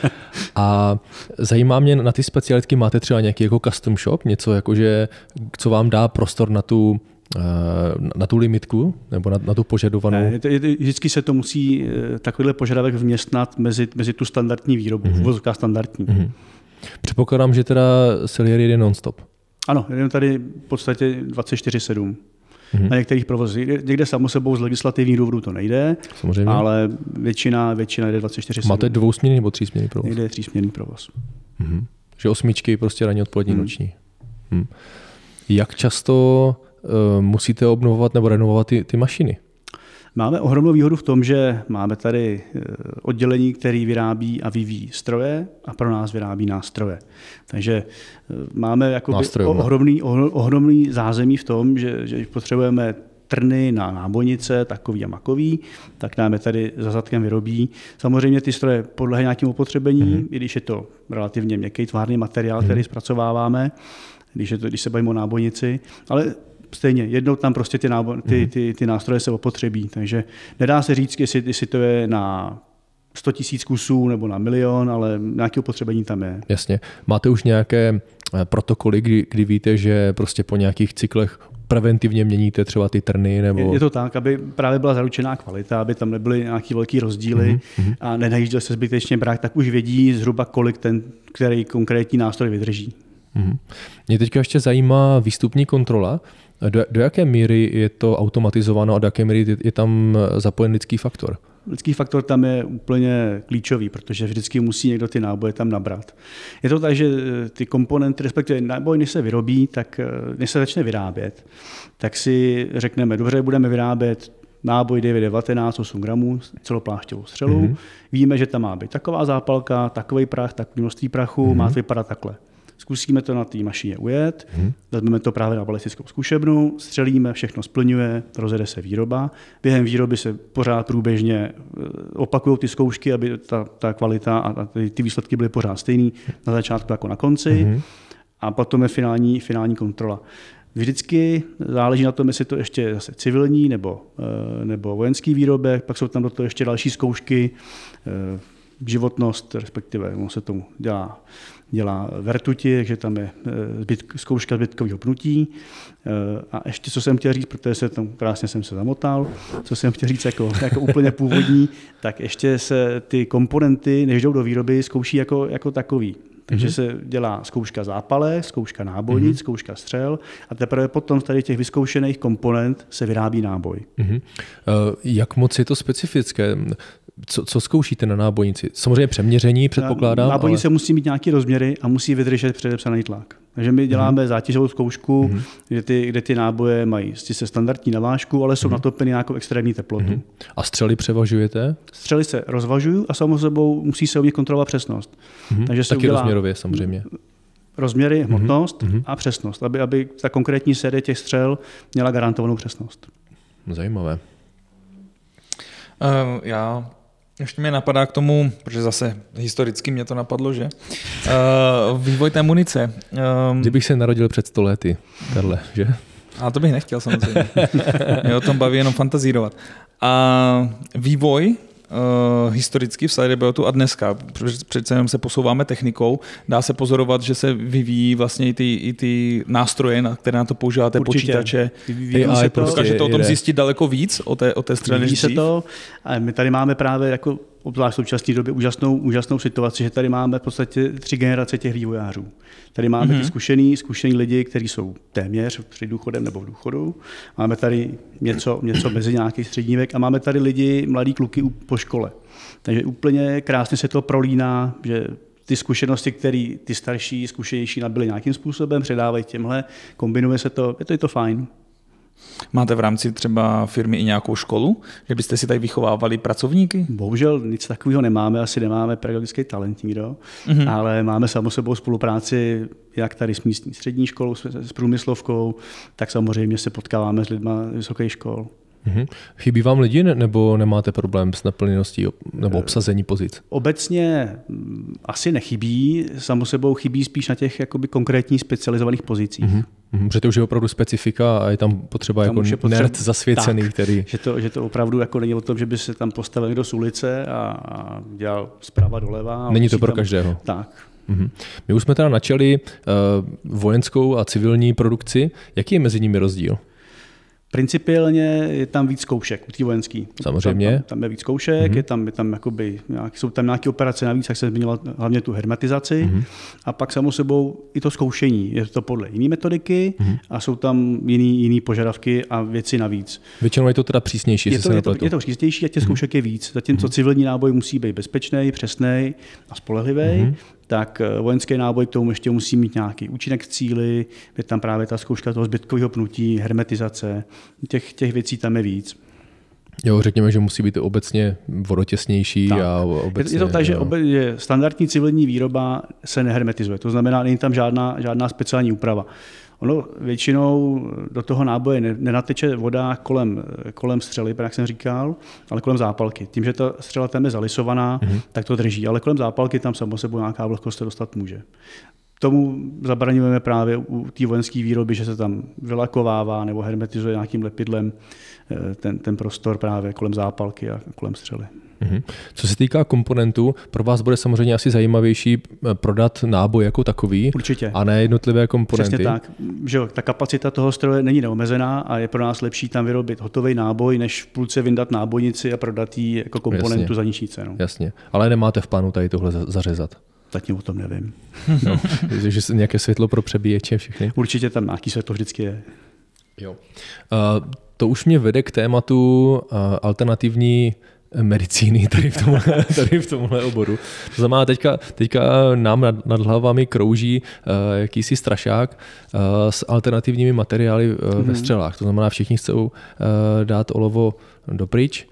A zajímá mě, na ty specialitky máte třeba nějaký jako custom shop, něco jako, že, co vám dá prostor na tu, na tu limitku, nebo na, na tu požadovanou? Ne, je to, je, vždycky se to musí takovýhle požadavek vměstnat mezi, mezi tu standardní výrobu, mm-hmm. vozovka standardní. Mm-hmm. Předpokládám, že teda Salier jede non-stop. Ano, jedeme tady v podstatě dvacet čtyři sedm. Mm-hmm. Na některých provozích. Někde samo sebou z legislativních důvodů to nejde, samozřejmě. Ale většina, většina jde dvacet čtyři sedm. Máte dvousměrný nebo třísměrný provoz? Někde je třísměrný provoz. Mm-hmm. Že osmičky prostě ranní, odpolední, mm. noční. Mm. Jak často uh, musíte obnovovat nebo renovovat ty, ty mašiny? Máme ohromnou výhodu v tom, že máme tady oddělení, které vyrábí a vyvíjí stroje a pro nás vyrábí nástroje. Takže máme jakoby ohromný, ohromný zázemí v tom, že, že potřebujeme trny na nábojnice, takový a makový, tak nám je tady za zadkem vyrobí. Samozřejmě ty stroje podléhají nějakým opotřebení, mm-hmm. i když je to relativně měkký tvárný materiál, mm-hmm. který zpracováváme, když, je to, když se bavíme o nábojnici, ale stejně, jednou tam prostě ty, nábo- ty, ty, ty nástroje se opotřebí, takže nedá se říct, jestli, jestli to je na sto tisíc kusů nebo na milion, ale nějaké opotřebení tam je. Jasně. Máte už nějaké protokoly, kdy, kdy víte, že prostě po nějakých cyklech preventivně měníte třeba ty trny? Nebo... Je, je to tak, aby právě byla zaručená kvalita, aby tam nebyly nějaké velké rozdíly mm-hmm. a nenajížděl se zbytečně brák, tak už vědí zhruba, kolik ten, který konkrétní nástroj vydrží. Mm-hmm. Mě teďka ještě zajímá výstupní kontrola. Do, do jaké míry je to automatizováno a do jaké míry je tam zapojen lidský faktor? Lidský faktor tam je úplně klíčový, protože vždycky musí někdo ty náboje tam nabrat. Je to tak, že ty komponenty, respektive náboj, než se vyrobí, tak než se začne vyrábět, tak si řekneme, dobře, budeme vyrábět náboj devět devatenáct osm gramů, celoplášťovou střelu. Mm-hmm. Víme, že tam má být taková zápalka, takový prach, takové množství prachu, mm-hmm. má to vypadat takhle. Zkusíme to na té mašině ujet, mm-hmm. vezmeme to právě na balistickou zkušebnu, střelíme, všechno splňuje, rozjede se výroba. Během výroby se pořád průběžně opakují ty zkoušky, aby ta, ta kvalita a ty, ty výsledky byly pořád stejný na začátku jako na konci. Mm-hmm. A potom je finální, finální kontrola. Vždycky záleží na tom, jestli to ještě je zase civilní nebo, nebo vojenský výrobek, pak jsou tam do toho ještě další zkoušky, životnost, respektive on se tomu dělá, dělá vertuti, takže tam je zbyt, zkouška zbytkového pnutí. A ještě, co jsem chtěl říct, protože se tam krásně jsem se zamotal, co jsem chtěl říct jako, jako úplně původní, tak ještě se ty komponenty, než jdou do výroby, zkouší jako, jako takový. Takže mm-hmm. se dělá zkouška zápale, zkouška nábojnic, mm-hmm. zkouška střel a teprve potom z tady těch vyzkoušených komponent se vyrábí náboj. Mm-hmm. Uh, jak moc je to specifické? Co, co zkoušíte na nábojnici? Samozřejmě přeměření, předpokládám. Nábojnice ale... musí mít nějaký rozměry a musí vydržet předepsaný tlak. Takže my děláme mm-hmm. zátěžovou zkoušku, mm-hmm. kde, ty, kde ty náboje mají se standardní navážku, ale jsou mm-hmm. natopeny nějakou extrémní teplotu. Mm-hmm. A střely převažujete? Střely se rozvažují a samozřejmě sebou musí se u nich kontrolovat přesnost. Mm-hmm. Takže se taky udělá rozměrově samozřejmě. Rozměry, hmotnost mm-hmm. a přesnost, aby, aby ta konkrétní série těch střel měla garantovanou přesnost. Zajímavé. Uh, já... Ještě mě napadá k tomu, protože zase historicky mě to napadlo, že? Uh, vývoj té munice. Um, Kdybych se narodil před sto lety, Karle, že? A to bych nechtěl samozřejmě. Mě o tom baví jenom fantazírovat. A vývoj uh, historicky v Cyberbelotu a dneska, přece jenom se posouváme technikou, dá se pozorovat, že se vyvíjí vlastně i ty, i ty nástroje, na které na to používáte, určitě. Počítače. Vyvíjí se to. Dokážete o tom zjistit daleko víc, o té, o té střele než se to. A my tady máme právě jako obzvlášť v současné době úžasnou, úžasnou situaci, že tady máme v podstatě tři generace těch vývojářů. Tady máme mm-hmm. ty zkušený, zkušený lidi, kteří jsou téměř před důchodem nebo v důchodu. Máme tady něco, něco mezi nějaký střední věk a máme tady lidi, mladí kluky po škole. Takže úplně krásně se to prolíná, že ty zkušenosti, které ty starší, zkušenější nabyly nějakým způsobem, předávají těmhle, kombinuje se to, je to, je to fajn. Máte v rámci třeba firmy i nějakou školu, že byste si tady vychovávali pracovníky? Bohužel nic takového nemáme, asi nemáme pedagogický talent nikdo, mm-hmm. ale máme samozřejmě spolupráci jak tady s místní střední školou, s, s průmyslovkou, tak samozřejmě se potkáváme s lidma vysokých škol. Mm-hmm. Chybí vám lidi nebo nemáte problém s naplněností nebo obsazení pozic? Obecně asi nechybí, samo sebou chybí spíš na těch jakoby konkrétních specializovaných pozicích. Mm-hmm. Protože to už je opravdu specifika a je tam potřeba tam jako potřeba, nerd zasvěcený, tak, který... Že to, že to opravdu jako není o tom, že by se tam postavil někdo z ulice a, a dělal zprava doleva. Není to pro tam, každého. Tak. Mm-hmm. My už jsme teda načali uh, vojenskou a civilní produkci. Jaký je mezi nimi rozdíl? Principiálně je tam víc zkoušek u té vojenský. Samozřejmě. Tam, tam je víc zkoušek, mm-hmm. je tam, je tam jakoby, nějak, jsou tam nějaké operace navíc, jak jsem zmínila, hlavně tu hermetizaci. Mm-hmm. A pak samo sebou i to zkoušení. Je to podle jiné metodiky mm-hmm. a jsou tam jiný, jiný požadavky a věci navíc. Většinou je to teda přísnější, je to, je, to, je to přísnější a těch mm-hmm. zkoušek je víc. Zatímco mm-hmm. civilní náboj musí být bezpečný, přesný a spolehlivý. Mm-hmm. Tak vojenský náboj k tomu ještě musí mít nějaký účinek v cíli, je tam právě ta zkouška toho zbytkového pnutí, hermetizace, těch, těch věcí tam je víc. Jo, řekněme, že musí být obecně vodotěsnější. Tak. A obecně, je to tak, že, obe, že standardní civilní výroba se nehermetizuje, to znamená, není tam žádná, žádná speciální úprava. Ono většinou do toho náboje nenateče voda kolem, kolem střely, jak jsem říkal, ale kolem zápalky. Tím, že ta střela tam je zalisovaná, mm-hmm. tak to drží, ale kolem zápalky tam samo sebou nějaká vlhkost se dostat může. Tomu zabraňujeme právě u té vojenské výroby, že se tam vylakovává nebo hermetizuje nějakým lepidlem ten, ten prostor právě kolem zápalky a kolem střely. Mm-hmm. Co se týká komponentů, pro vás bude samozřejmě asi zajímavější prodat náboj jako takový. Určitě. A ne jednotlivé komponenty. Přesně tak. Že ta kapacita toho stroje není neomezená a je pro nás lepší tam vyrobit hotový náboj, než v půlce vyndat nábojnici a prodat ji jako komponentu Jasně. za nižší cenu. Jasně. Ale nemáte v plánu tady tohle zařezat? Zatím o tom nevím. No, že nějaké světlo pro přebíječe všechny? Určitě tam nějaký světlo vždycky je. Jo. Uh, to už mě vede k tématu uh, alternativní medicíny tady v tomhle, tady v tomhle oboru. To znamená, teďka, teďka nám nad, nad hlavami krouží uh, jakýsi strašák uh, s alternativními materiály uh, mm-hmm. ve střelách. To znamená, všichni chcou uh, dát olovo dopryč.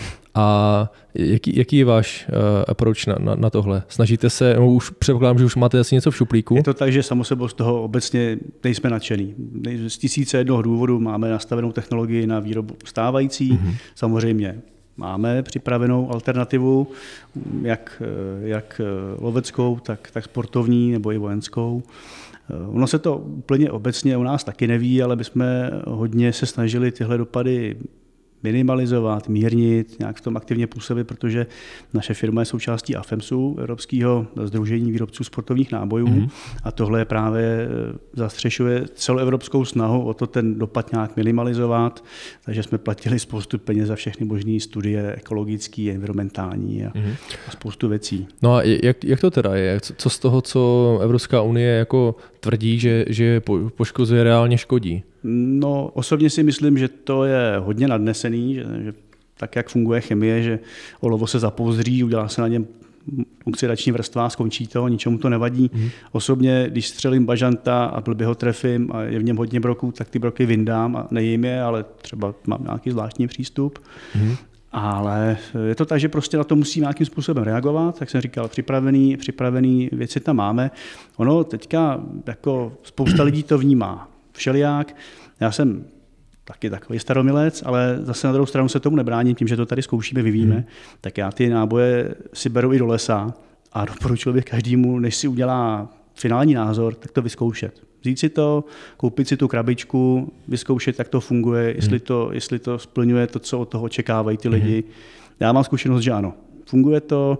A jaký, jaký je váš uh, approach na, na, na tohle? Snažíte se, no už předpokládám, že už máte asi něco v šuplíku? Je to tak, že samo sebou z toho obecně nejsme nadšený. Z tisíce jednoho důvodu máme nastavenou technologii na výrobu stávající. Mm-hmm. Samozřejmě máme připravenou alternativu, jak, jak loveckou, tak, tak sportovní nebo i vojenskou. Ono se to úplně obecně u nás taky neví, ale my jsme hodně se snažili tyhle dopady minimalizovat, mírnit, nějak v tom aktivně působit, protože naše firma je součástí AFEMSu, Evropského sdružení výrobců sportovních nábojů, mm-hmm. a tohle právě zastřešuje celoevropskou snahu o to ten dopad nějak minimalizovat, takže jsme platili spoustu peněz za všechny možné studie ekologické, environmentální a, mm-hmm. a spoustu věcí. No a jak, jak to teda je? Co z toho, co Evropská unie jako tvrdí, že, že poškozuje, reálně škodí? No, osobně si myslím, že to je hodně nadnesený, že, že tak, jak funguje chemie, že olovo se zapouzří, udělá se na něm oxidační vrstva, skončí to, ničemu to nevadí. Mm. Osobně, když střelím bažanta a blbě ho trefím a je v něm hodně broků, tak ty broky vyndám a nejím je, ale třeba mám nějaký zvláštní přístup. Mm. Ale je to tak, že prostě na to musí nějakým způsobem reagovat, jak jsem říkal, připravený, připravený věci tam máme. Ono teďka jako spousta lidí to vnímá všelijak. Já jsem taky takový staromilec, ale zase na druhou stranu se tomu nebráním tím, že to tady zkoušíme, vyvíjíme. Hmm. Tak já ty náboje si beru i do lesa a doporučil bych každému, než si udělá finální názor, tak to vyzkoušet. Vzít si to, koupit si tu krabičku, vyzkoušet, jak to funguje, jestli to, jestli to splňuje to, co od toho očekávají ty lidi. Hmm. Já mám zkušenost, že ano. Funguje to,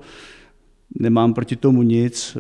nemám proti tomu nic,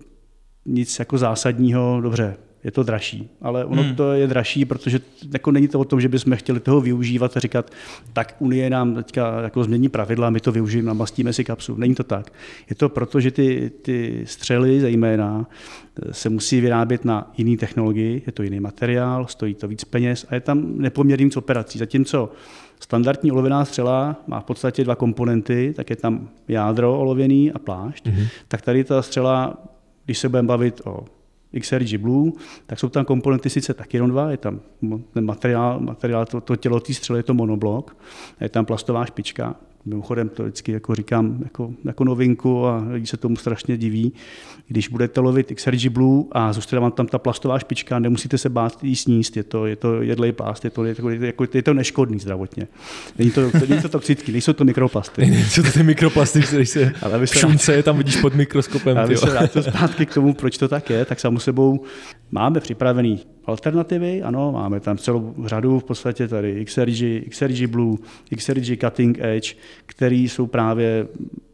nic jako zásadního, dobře. Je to dražší, ale ono hmm. to je dražší, protože jako není to o tom, že bychom chtěli toho využívat a říkat, tak Unie nám teďka jako změní pravidla, my to využijeme, namastíme si kapsu. Není to tak. Je to proto, že ty, ty střely zejména se musí vyrábět na jiný technologii, je to jiný materiál, stojí to víc peněz a je tam nepoměrný víc operací. Zatímco standardní olověná střela má v podstatě dva komponenty, tak je tam jádro olověný a plášť, hmm. tak tady ta střela, když se budeme bavit o X R G Blue, tak jsou tam komponenty sice taky jenom dva, je tam ten materiál, materiál to, to tělo té střely je to monoblok, je tam plastová špička. Mimochodem to vždycky jako říkám jako, jako novinku a lidi se tomu strašně diví. Když budete lovit X R G Blue a zůstane vám tam ta plastová špička, nemusíte se bát jí sníst, je to, je to jedlej plast, je to, je to, jako, je to neškodný zdravotně. Není to, není to toxický, nejsou to mikroplasty. Nejsou to ty mikroplasty, které se v šunce je tam vidíš pod mikroskopem. A se vrátil zpátky k tomu, proč to tak je, tak samo sebou máme připravený alternativy, ano, máme tam celou řadu, v podstatě tady X R G, X R G Blue, X R G Cutting Edge, který jsou právě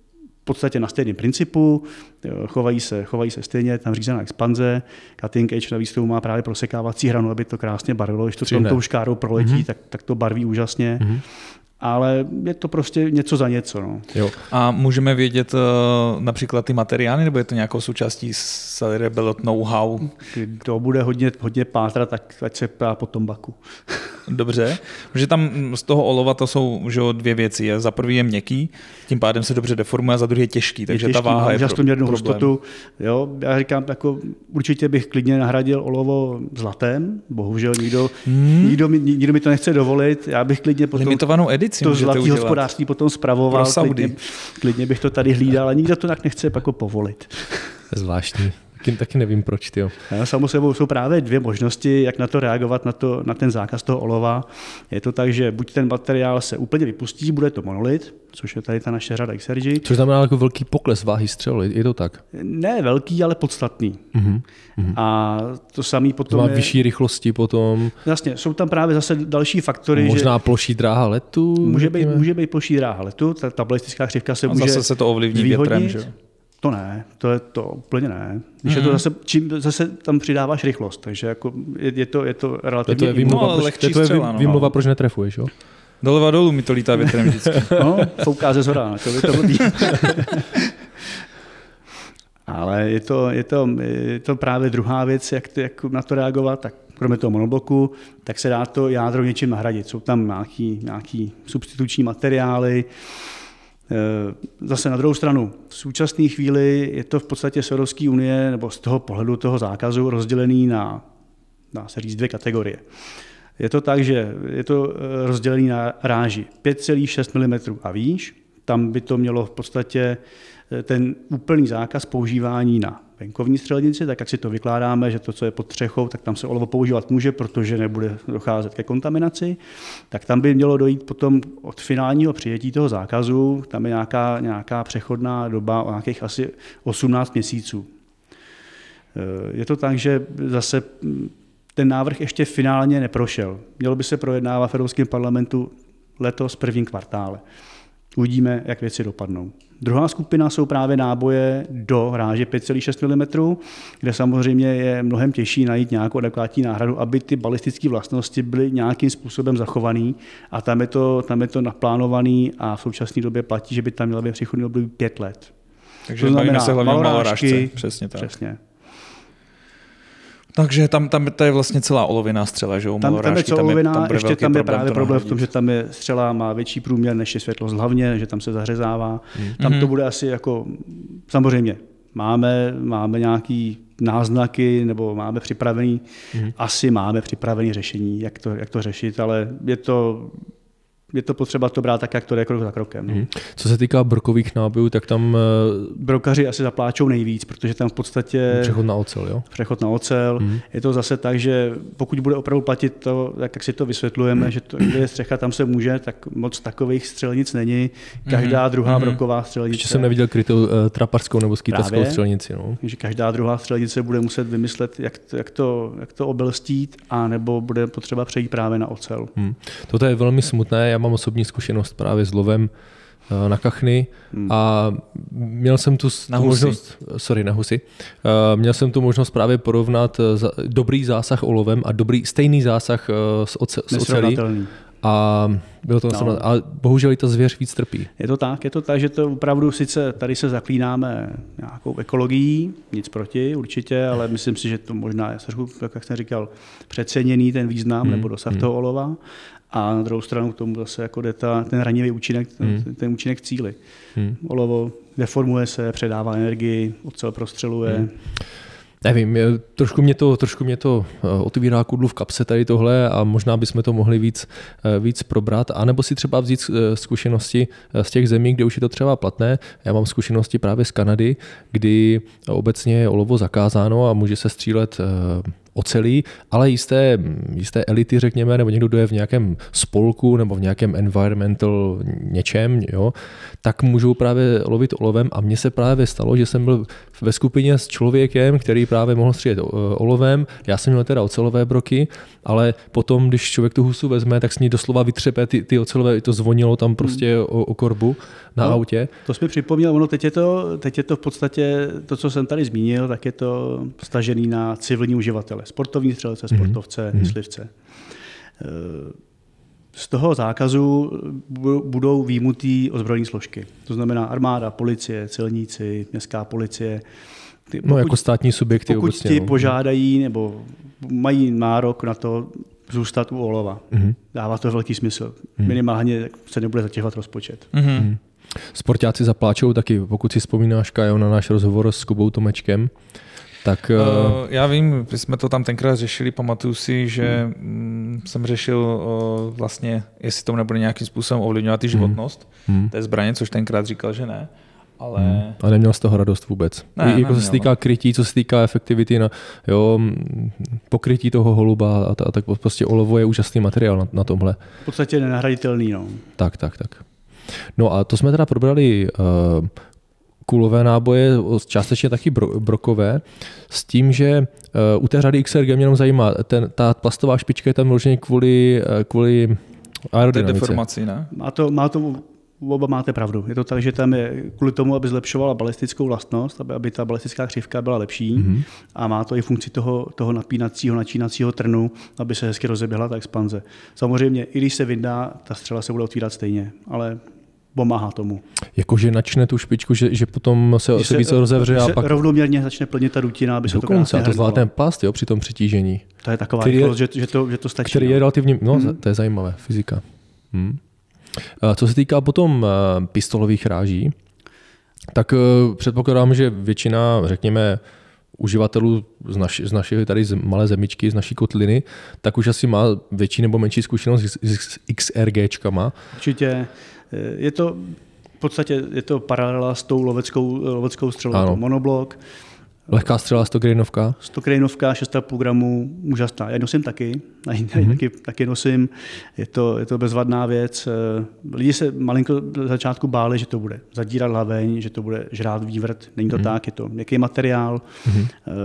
v podstatě na stejném principu, chovají se, chovají se stejně, tam řízená expanze, Cutting Edge navíc tomu má právě prosekávací hranu, aby to krásně barvilo, když to tam tou škárou proletí, mm-hmm. tak, tak to barví úžasně. Mm-hmm. Ale je to prostě něco za něco. No. Jo. A můžeme vědět uh, například ty materiály, nebo je to nějakou součástí Saliere Bellot know-how? To bude hodně, hodně pátrat, tak ať se ptá po tom baku. Dobře, protože tam z toho olova to jsou že, dvě věci. Za prvý je měkký, tím pádem se dobře deformuje, a za druhý je těžký, takže je těžký, ta váha je pro, problém. Hustotu. Jo, já říkám, jako, určitě bych klidně nahradil olovo zlatem, bohužel nikdo, hmm. nikdo, mi, nikdo mi to nechce dovolit, já bych klidně potom limitovanou edici to zlatý hospodářství potom spravoval, klidně, klidně bych to tady hlídal, ale nikdo to tak nechce jako povolit. Zvláštní. Taky, taky nevím proč, tyjo. Samozřejmě jsou právě dvě možnosti, jak na to reagovat, na, to, na ten zákaz toho olova. Je to tak, že buď ten materiál se úplně vypustí, bude to monolit, což je tady ta naše řada X R G. Což znamená jako velký pokles váhy střel, je to tak? Ne velký, ale podstatný. Uh-huh. Uh-huh. A to samý potom to má je... vyšší rychlosti potom. Jasně, jsou tam právě zase další faktory. Možná že... ploší dráha letu? Může být, může být ploší dráha letu, ta, ta balistická křivka se a může zase se to ovlivní větrem, že? To ne, to je to úplně ne. Když mm-hmm. je to zase, čím zase tam přidáváš rychlost, takže jako je, je, to, je to relativně... To je výmluva, no, proč, to je střela, výmluva no. proč netrefuješ, jo? Doleva dolů mi to lítá větrem vždycky. No, fouká ze zhora, to by to blbý. Ale je to, je to, je to právě druhá věc, jak, to, jak na to reagovat, tak kromě toho monobloku, tak se dá to jádro něčím nahradit. Jsou tam nějaký, nějaký substituční materiály. Zase na druhou stranu, v současné chvíli je to v podstatě z Evropské unie, nebo z toho pohledu toho zákazu rozdělený na, dá se říct, dvě kategorie. Je to tak, že je to rozdělený na ráži pět celá šest milimetrů a výš. Tam by to mělo v podstatě ten úplný zákaz používání na venkovní střelnici, tak jak si to vykládáme, že to, co je pod střechou, tak tam se olovo používat může, protože nebude docházet ke kontaminaci, tak tam by mělo dojít potom od finálního přijetí toho zákazu, tam je nějaká, nějaká přechodná doba o nějakých asi osmnáct měsíců. Je to tak, že zase ten návrh ještě finálně neprošel. Mělo by se projednávat v Evropském parlamentu letos v prvním kvartále. Uvidíme, jak věci dopadnou. Druhá skupina jsou právě náboje do ráže pět celá šest milimetrů, kde samozřejmě je mnohem těžší najít nějakou adekvátní náhradu, aby ty balistické vlastnosti byly nějakým způsobem zachované. A tam je to, tam je to naplánované a v současné době platí, že by tam měla být přechodný období pět let. Takže to znamená se hlavně malorážce. Přesně tak. Přesně. Takže tam, tam to je vlastně celá olověná střela, že? Tam, tam je celá olověná, tam ještě tam je právě problém v tom, že tam je střela má větší průměr než je světlost hlavně, že tam se zařezává. Mm. Tam mm-hmm. to bude asi jako, samozřejmě máme, máme nějaký náznaky nebo máme připravený, mm. asi máme připravený řešení, jak to, jak to řešit, ale je to... Je to potřeba to brát tak, jak to jde krok za krokem. No. Co se týká brokových nábojů, tak tam... Brokaři asi zapláčou nejvíc, protože tam v podstatě... Přechod na ocel, jo? Přechod na ocel. Mm. Je to zase tak, že pokud bude opravdu platit to, tak jak si to vysvětlujeme, mm. že to, kde je střecha, tam se může, tak moc takových střelnic není. Každá mm. druhá mm. broková střelnice... Ještě jsem neviděl krytou uh, trapařskou nebo skýtařskou střelnici. No. Takže každá druhá střelnice bude muset vymyslet, jak to, jak to, jak to obelstít, a nebo bude potřeba přejít právě na ocel. Mm. Toto je velmi smutné. Mám osobní zkušenost právě s lovem na kachny hmm. a měl jsem tu, tu možnost, sorry, na husy, uh, měl jsem tu možnost právě porovnat za, dobrý zásah olovem a dobrý stejný zásah uh, s, oce, s ocelí. A bylo to no. A bohužel i ta zvěř víc trpí. Je to tak, je to tak, že to opravdu sice tady se zaklínáme nějakou ekologií, nic proti určitě, ale myslím si, že to možná je, jak jsem říkal, přeceněný ten význam hmm. nebo dosah hmm. toho olova. A na druhou stranu k tomu zase jako jde ta, ten ranivý účinek, ten, hmm. ten účinek cíli. Hmm. Olovo deformuje se, předává energii, ocel prostřeluje. Hmm. Nevím, trošku mě to, trošku mě to otvírá kudlu v kapse tady tohle a možná bychom to mohli víc, víc probrat, anebo si třeba vzít zkušenosti z těch zemí, kde už je to třeba platné. Já mám zkušenosti právě z Kanady, kdy obecně je olovo zakázáno a může se střílet ocelí, ale jisté, jisté elity, řekněme, nebo někdo, kdo je v nějakém spolku nebo v nějakém environmental něčem, jo, tak můžou právě lovit olovem a mně se právě stalo, že jsem byl ve skupině s člověkem, který právě mohl střílet olovem, já jsem měl teda ocelové broky, ale potom, když člověk tu husu vezme, tak s ní doslova vytřepe ty, ty ocelové, to zvonilo tam prostě o, o korbu na no, autě. To jsi mi připomněl, ono teď je, to, teď je to v podstatě, to, co jsem tady zmínil, tak je to stažený na civilní uživatele. Sportovní střelce, sportovce, mm-hmm. myslivce. Z toho zákazu budou výjimutý ozbrojené složky. To znamená armáda, policie, celníci, městská policie. Ty, pokud, no jako státní subjekty. Pokud obecně, ti no. požádají nebo mají nárok na to zůstat u olova. Mm-hmm. Dává to velký smysl. Mm-hmm. Minimálně se nebude zatěžovat rozpočet. Mm-hmm. Sportáci zapláčou taky. Pokud si vzpomínáš, Kajo, na náš rozhovor s Kubou Tomečkem, tak... Uh, já vím, my jsme to tam tenkrát řešili, pamatuju si, že hmm. jsem řešil uh, vlastně, jestli to nebude nějakým způsobem ovlivňovat i životnost hmm. té zbraně, což tenkrát říkal, že ne. Ale... Hmm. A neměl z toho radost vůbec. Ne, I, jako co se týká krytí, co se týká efektivity, na, jo, pokrytí toho holuba a, ta, a tak prostě olovo je úžasný materiál na, na tomhle. V podstatě nenahraditelný. No. Tak, tak, tak. No a to jsme teda probrali uh, kulové náboje, částečně taky bro, brokové, s tím, že uh, u té řady X R G mě jenom zajímá, ten, ta plastová špička je tam vloženě kvůli, uh, kvůli aerodynamice. Deformaci, ne? Má to, má to, oba máte pravdu. Je to tak, že tam je kvůli tomu, aby zlepšovala balistickou vlastnost, aby, aby ta balistická křivka byla lepší mm-hmm. a má to i funkci toho, toho napínacího, načínacího trnu, aby se hezky rozeběhla ta expanze. Samozřejmě, i když se vyndá, ta střela se bude otvírat stejně, ale pomáhá tomu. Jakože načne tu špičku, že, že potom se, se, se více rozevře a se pak... rovnoměrně začne plnit ta rutina, aby se to Dokonce, krásně a to zvládne hrnulo. ten past, jo, při tom přetížení. To je taková Který je- rychlost, že, že, to, že to stačí. Který no. je relativně, no, Hmm. to je zajímavé, fyzika. Hmm. A co se týká potom eh, pistolových ráží, tak eh, předpokládám, že většina, řekněme, uživatelů z, naši, z naší tady z malé zemičky, z naší kotliny, tak už asi má větší nebo menší zkušenost s, s XRGčkama. Určitě. Je to v podstatě je to paralela s tou loveckou, loveckou střelou. Ano. To monoblok, Lehká střela sto grainovka. sto krejnovka, šest a půl gramů, úžasná. Já nosím taky, mm-hmm. taky, taky nosím, je to, je to bezvadná věc. Lidi se malinko na začátku báli, že to bude zadírat hlaveň, že to bude žrát vývrt. Není to mm-hmm. tak, je to měkký materiál. Mm-hmm.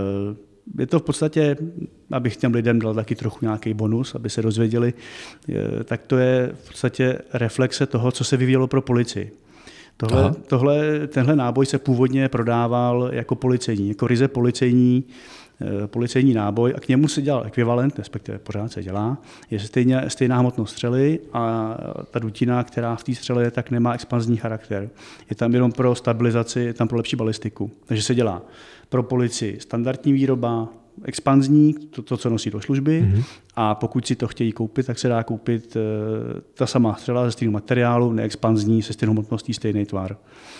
Je to v podstatě, abych těm lidem dal taky trochu nějaký bonus, aby se dozvěděli, tak to je v podstatě reflexe toho, co se vyvíjelo pro policii. Tohle, tohle, tenhle náboj se původně prodával jako policejní, jako ryze policejní, policejní náboj a k němu se dělal ekvivalent, respektive pořád se dělá, je stejně, stejná hmotnost střely a ta dutina, která v té střele je, tak nemá expanzní charakter. Je tam jenom pro stabilizaci, je tam pro lepší balistiku. Takže se dělá pro policii standardní výroba, expanzní, to, to co nosí do služby, mm-hmm. a pokud si to chtějí koupit, tak se dá koupit uh, ta samá střela ze stejného materiálu, neexpanzní, se stejnou hmotností, stejný tvar.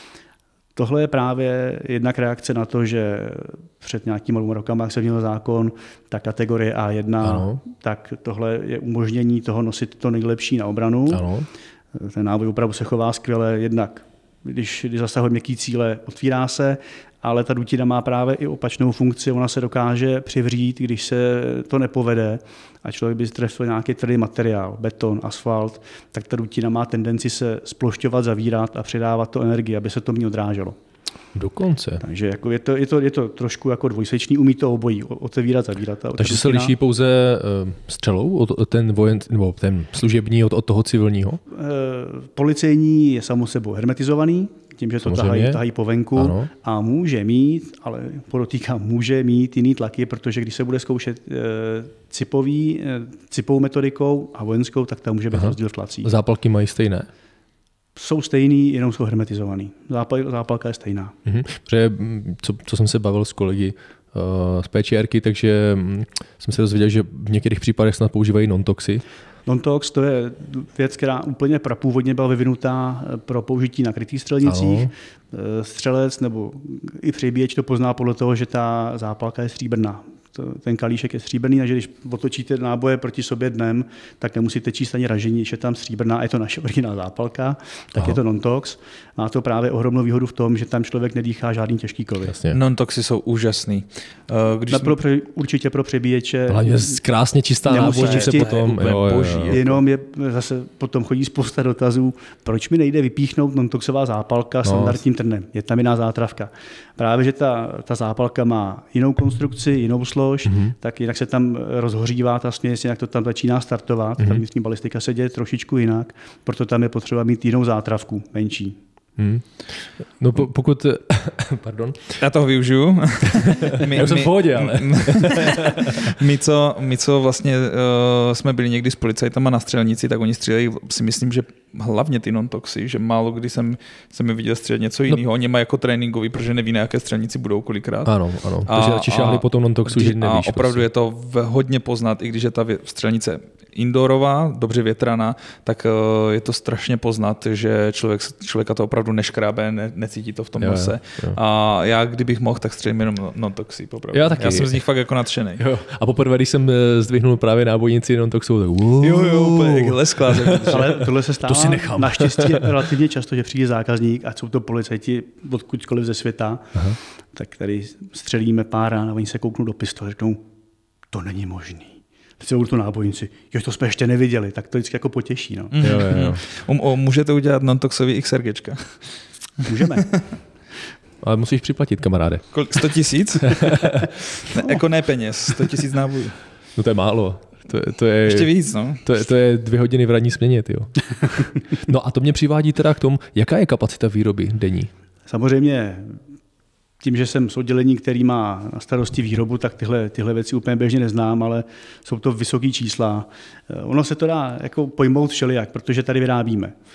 Tohle je právě jednak reakce na to, že před nějakýma dvěma rokama, jak se měl zákon, ta kategorie A jedna, ano. tak tohle je umožnění toho nosit to nejlepší na obranu. Ano. Ten náboj opravdu se chová skvěle, jednak když, když zasahuje měkký cíle, otvírá se, ale ta dutina má právě i opačnou funkci, ona se dokáže přivřít, když se to nepovede a člověk by trefil nějaký tvrdý materiál, beton, asfalt, tak ta dutina má tendenci se splošťovat, zavírat a přidávat to energii, aby se to mě odráželo. Dokonce. Takže jako je, to, je, to, je to trošku jako dvojsečný, umí to obojí, otevírat, zavírat. Ta Takže ta se liší pouze uh, střelou, od, ten, vojen, nebo ten služební od, od toho civilního? E, policejní je samo sebou hermetizovaný, tím, že to tahají, tahají po venku ano. a může mít, ale podotýkám, může mít jiný tlaky, protože když se bude zkoušet e, cipový, e, cipovou metodikou a vojenskou, tak tam může být Aha. rozdíl v tlacích. Zápalky mají stejné? Jsou stejný, jenom jsou hermetizovaný. Zápal, zápalka je stejná. Mhm. Protože, co, co jsem se bavil s kolegy uh, z PČRky, takže um, jsem se dozvěděl, že v některých případech snad používají non-toxy. Non-tox to je věc, která úplně prapůvodně byla vyvinutá pro použití na krytých střelnicích. Ano. Střelec nebo i přebíječ to pozná podle toho, že ta zápalka je stříbrná. Ten kalíšek je stříbrný, takže když otočíte náboje proti sobě dnem, tak nemusíte číst ani ražení, když je tam stříbrná, je to naše originální zápalka, tak Aha. je to non-tox. Má to právě ohromnou výhodu v tom, že tam člověk nedýchá žádný těžký kovy. Non-toxy jsou úžasný. Když jsme... pro, určitě pro přebíječe. Hlavně krásně čistá nábojnice potom. Jo, jo, boží, jo. Jenom je, zase potom chodí spousta dotazů, proč mi nejde vypíchnout non-toxová zápalka no. standardním trnem. Je tam jiná zátravka. Právě, že ta, ta zápalka má jinou konstrukci, jinou slož, mm-hmm. tak jinak se tam rozhořívá ta směs, jinak to tam začíná startovat. Mm-hmm. Ta vnitřní balistika se děje trošičku jinak, proto tam je potřeba mít jinou zátravku, menší. Hmm. No po, pokud, pardon. Já toho využiju. My, Já jsem v pohodě, ale. my, co, my, co vlastně uh, jsme byli někdy s policajtama na střelnici, tak oni střílejí, si myslím, že hlavně ty non-toxy, že málo kdy jsem, jsem je viděl střílet něco jiného. No. Oni mají jako tréninkový, protože neví, na jaké střelnici budou kolikrát. Ano, ano. A, takže radši šáhli po tom non-toxu, že nevíš. A opravdu prostě. Je to hodně poznat, i když je ta střelnice indoorová, dobře větraná, tak uh, je to strašně poznat, že člověk, člověka to opravdu neškrábe, ne, necítí to v tom jo, nose. Jo. A já, kdybych mohl, tak střelím jenom non-toxy. Popravdu. Já, taky. Já jsem z nich fakt jako nadšený. Jo. A poprvé, když jsem zdvihnul právě nábojnici non-toxu, tak wow. Jo, jo, úplně leskla. Ale tohle se stává naštěstí relativně často, že přijde zákazník, ať jsou to policajti odkudkoliv ze světa, Aha. tak tady střelíme pár rán a oni se kouknou do pistole a řeknou, to není možný. Celou tu nábojnici. Jo, to jsme ještě neviděli, tak to vždycky jako potěší. No. Mm-hmm. Jo, jo, jo. Um, um, můžete udělat non-toxový XRGčka? Můžeme. Ale musíš připlatit, kamaráde. sto tisíc? ne, jako ne peněz, sto tisíc nábojů. No to je málo. To, to je, ještě víc, no. To je, to je dvě hodiny v ranní směně, tyjo. No a to mě přivádí teda k tomu, jaká je kapacita výroby denní? Samozřejmě tím, že jsem z oddělení, který má na starosti výrobu, tak tyhle, tyhle věci úplně běžně neznám, ale jsou to vysoké čísla. Ono se to dá jako pojmout všelijak, protože tady vyrábíme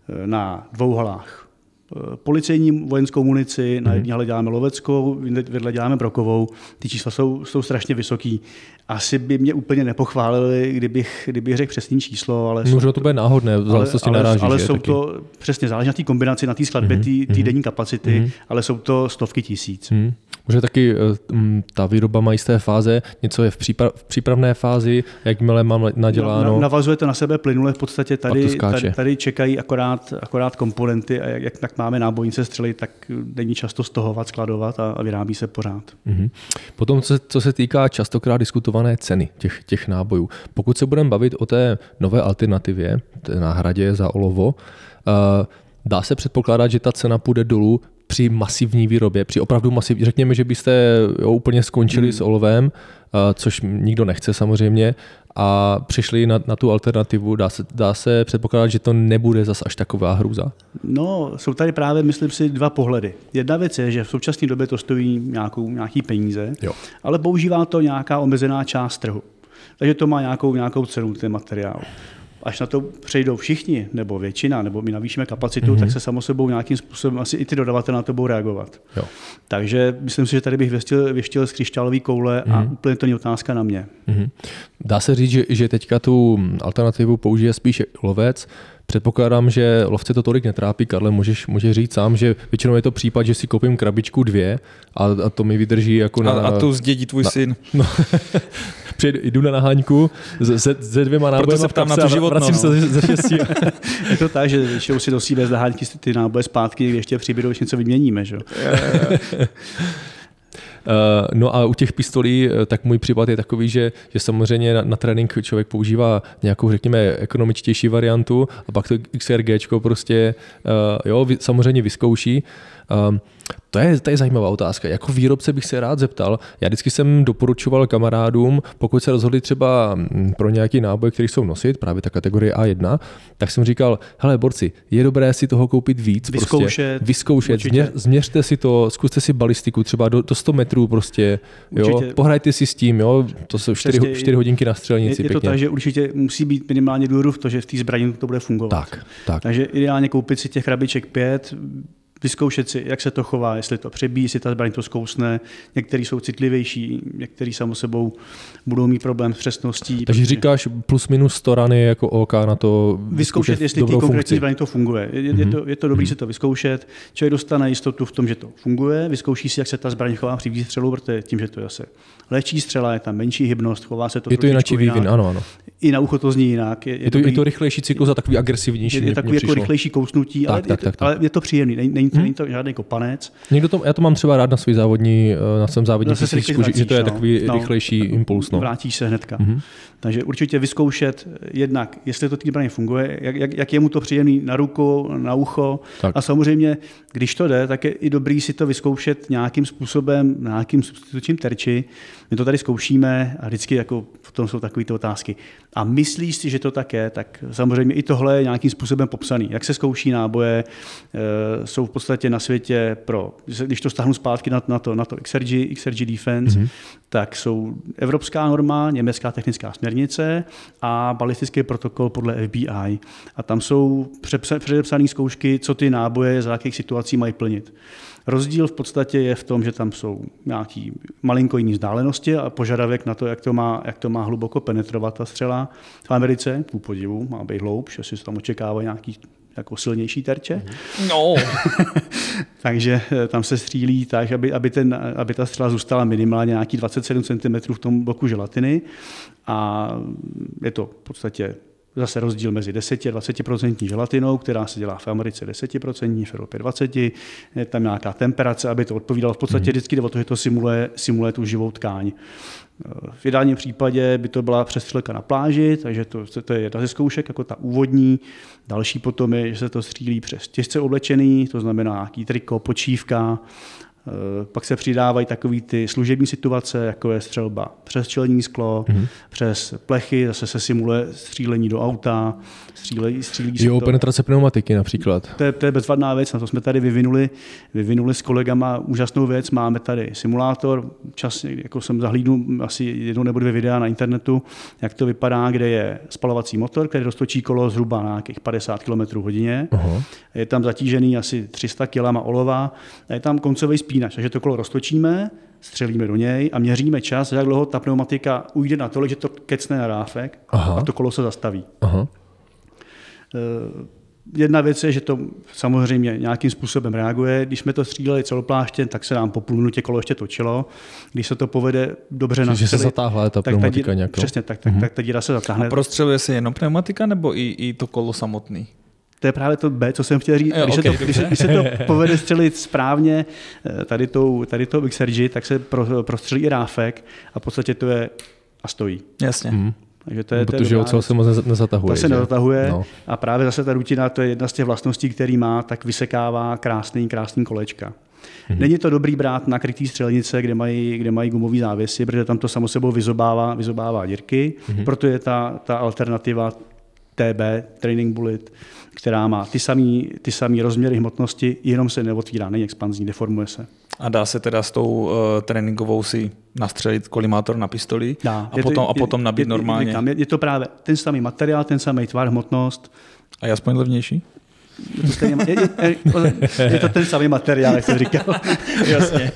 na dvou halách policejní vojenskou munici, na jedné hale děláme loveckou, vedle děláme brokovou. Ty čísla jsou, jsou strašně vysoký. Asi by mě úplně nepochválili, kdybych, kdybych řekl přesný číslo. Ale Možná to bude náhodné, v záležitosti naráží. Ale že, jsou taky. to, přesně, záleží na té kombinaci, na té skladbě, mm-hmm. té denní kapacity, mm-hmm. ale jsou to stovky tisíc. Mm. Možná taky ta výroba má jisté fáze, něco je v, příprav, v přípravné fázi, jakmile mám naděláno. Na, navazuje to na sebe plynule, v podstatě tady, tady, tady čekají akorát, akorát komponenty a jak, jak, jak máme nábojnice střely, tak není často stahovat, skladovat a, a vyrábí se pořád. Mm-hmm. Potom, co, co se týká častokrát diskutované ceny těch, těch nábojů. Pokud se budeme bavit o té nové alternativě, té náhradě za olovo, uh, dá se předpokládat, že ta cena půjde dolů při masivní výrobě, při opravdu masivní, řekněme, že byste jo, úplně skončili hmm. s olovem, což nikdo nechce samozřejmě, a přišli na, na tu alternativu, dá se, dá se předpokládat, že to nebude zas až taková hrůza? No, jsou tady právě, myslím si, dva pohledy. Jedna věc je, že v současné době to stojí nějakou, nějaký peníze, jo. ale používá to nějaká omezená část trhu. Takže to má nějakou, nějakou cenu, ten materiál. Až na to přejdou všichni, nebo většina, nebo my navýšíme kapacitu, mm-hmm. tak se samo sebou nějakým způsobem asi i ty dodavatelé na to budou reagovat. Jo. Takže myslím si, že tady bych věštil, věštil z křišťálové koule mm-hmm. a úplně to není otázka na mě. Mm-hmm. Dá se říct, že, že teďka tu alternativu použije spíše lovec. Předpokládám, že lovce to tolik netrápí. Karle, můžeš, můžeš říct sám, že většinou je to případ, že si koupím krabičku dvě a, a to mi vydrží jako na... A, a to zdědí tvůj na, syn. No, přijdu, jdu na naháňku se, se dvěma nábojema v kapse na tu a vracím no. se ze šestí. Je to tak, že většinou si nosí bez naháňky ty náboje zpátky, ještě přibydou, když něco vyměníme. Že? No a u těch pistolí, tak můj případ je takový, že, že samozřejmě na, na trénink člověk používá nějakou, řekněme, ekonomičtější variantu a pak to XRGčko prostě jo, samozřejmě vyzkouší. To je, to je zajímavá otázka. Jako výrobce bych se rád zeptal. Já vždycky jsem doporučoval kamarádům, pokud se rozhodli třeba pro nějaký náboj, který jsou nosit, právě ta kategorie A jedna, tak jsem říkal, hele borci, je dobré si toho koupit víc. Vyzkoušet. Prostě, vyzkoušet, změř, změřte si to, zkuste si balistiku třeba do, do sto metrů prostě, jo, pohrajte si s tím, jo, to jsou čtyři hodinky na střelnici. Je, je to tak, že určitě musí být minimálně důvěru v to, že v té zbraní to bude fungovat. Tak, tak. Takže ideálně koupit si těch krabiček pět, vyzkoušet si, jak se to chová, jestli to přebíjí, jestli ta zbraň to zkousne. Některý jsou citlivější, některý samo sebou budou mít problém s přesností. Takže říkáš plus minus sto rany jako OK na to vyzkoušet, jestli ty konkrétní zbraň to funguje. Je, je, to, je to dobré mm-hmm. si to vyzkoušet. Člověk dostane jistotu v tom, že to funguje, vyzkouší si, jak se ta zbraň chová při výstřelu, protože tím, že to je zase lehčí střela, je tam menší hybnost, chová se to. Je to jináčí vývin, ano, ano. I na ucho to zní jinak. Je, je, to, dobrý, je to rychlejší cyklus a takový agresivnější. Je, je takový jako rychlejší kousnutí, tak, ale, tak, je to, tak, tak. ale je to příjemný. Není, není, to, hmm. není to žádný kopanec. Někdo to, já to mám třeba rád na svůj závodní, na svém závodní písničku, že, že to je no, takový no, rychlejší impuls. No. Vrátíš se hnedka. Mm-hmm. Takže určitě vyzkoušet jednak, jestli to té zbraně funguje, jak, jak, jak je mu to příjemný na ruku, na ucho. Tak. A samozřejmě, když to jde, tak je i dobrý si to vyzkoušet nějakým způsobem, nějakým substitučním terči. My to tady zkoušíme a vždycky jako v tom jsou takové ty otázky. A myslíš si, že to tak je, tak samozřejmě i tohle je nějakým způsobem popsaný. Jak se zkouší náboje, e, jsou v podstatě na světě pro, když to stáhnu zpátky na, na to, na to X R G, X R G Defense, mm-hmm. tak jsou evropská norma, německá technická směrnice a balistický protokol podle F B I. A tam jsou předepsané zkoušky, co ty náboje, za jakých situací mají plnit. Rozdíl v podstatě je v tom, že tam jsou nějaký malinko jiný vzdálenosti a požadavek na to, jak to má, jak to má hluboko penetrovat ta střela. V Americe, ku podivu, má být hloubš, že si tam očekávají nějaký jako silnější terče. No. Takže tam se střílí tak, aby, aby, ten, aby ta střela zůstala minimálně nějaký dvacet sedm centimetrů v tom bloku želatiny a je to v podstatě zase rozdíl mezi deset a dvacet procent želatinou, která se dělá v Americe deset procent, v Evropě dvacet procent. Je tam nějaká temperace, aby to odpovídalo. V podstatě vždycky jde o to, že to simuluje, simuluje tu živou tkáň. V ideálním případě by to byla přestřelka na pláži, takže to, to je jedna ze zkoušek, jako ta úvodní. Další potom je, že se to střílí přes těžce oblečený, to znamená nějaký triko, počívka, Pak se přidávají takový ty služební situace, jako je střelba přes čelní sklo, mm-hmm. přes plechy, zase se simuluje střílení do auta, střílí, střílí se jo, to. penetrace pneumatiky například. To je, to je bezvadná věc, na to jsme tady vyvinuli, vyvinuli s kolegama úžasnou věc. Máme tady simulátor, čas, jako jsem zahlídnul asi jednou nebo dvě videa na internetu, jak to vypadá, kde je spalovací motor, který roztočí kolo zhruba na nějakých padesát kilometrů hodině. Uh-huh. Je tam zatížený asi tři sta kilama olova a je tam koncový spínač, takže to kolo roztočíme, střelíme do něj a měříme čas, jak dlouho ta pneumatika ujde na tolik, že to kecne na ráfek. Aha. A to kolo se zastaví. Aha. Jedna věc je, že to samozřejmě nějakým způsobem reaguje. Když jsme to stříleli celopláštěn, tak se nám po půl minutě kolo ještě točilo. Když se to povede dobře nastřelit, že se zatáhla ta pneumatika díra, nějak. Přesně, tak, tak, uh-huh. tak ta díra se zatáhne. A prostřeluje se jenom pneumatika nebo i, i to kolo samotný? To je právě to B, co jsem chtěl říct. Jo, když, okay, se to, když, se, když se to povede střelit správně tady tou, tady tou X R G, tak se pro, prostřelí i ráfek a v podstatě to je a stojí. Jasně. Uh-huh. Takže to je, protože ocel se moc nezatahuje. To se nezatahuje no. A právě zase ta rutina, to je jedna z těch vlastností, který má, tak vysekává krásný, krásný kolečka. Hmm. Není to dobrý brát na krytý střelnice, kde mají, kde mají gumový závěsy, protože tam to samo sebou vyzobává, vyzobává dírky, hmm. proto je ta, ta alternativa T B, Training Bullet, která má ty samý, ty samý rozměry hmotnosti, jenom se neotvírá, není expanzní, deformuje se. A dá se teda s tou uh, tréninkovou si nastřelit kolimátor na pistoli dá. A, potom, to, a potom nabít je, normálně? Je, je, je to právě ten samý materiál, ten samý tvar, hmotnost. A je aspoň levnější? Je to, stejně, je, je, je, je to ten samý materiál, jak jsem říkal. Jasně.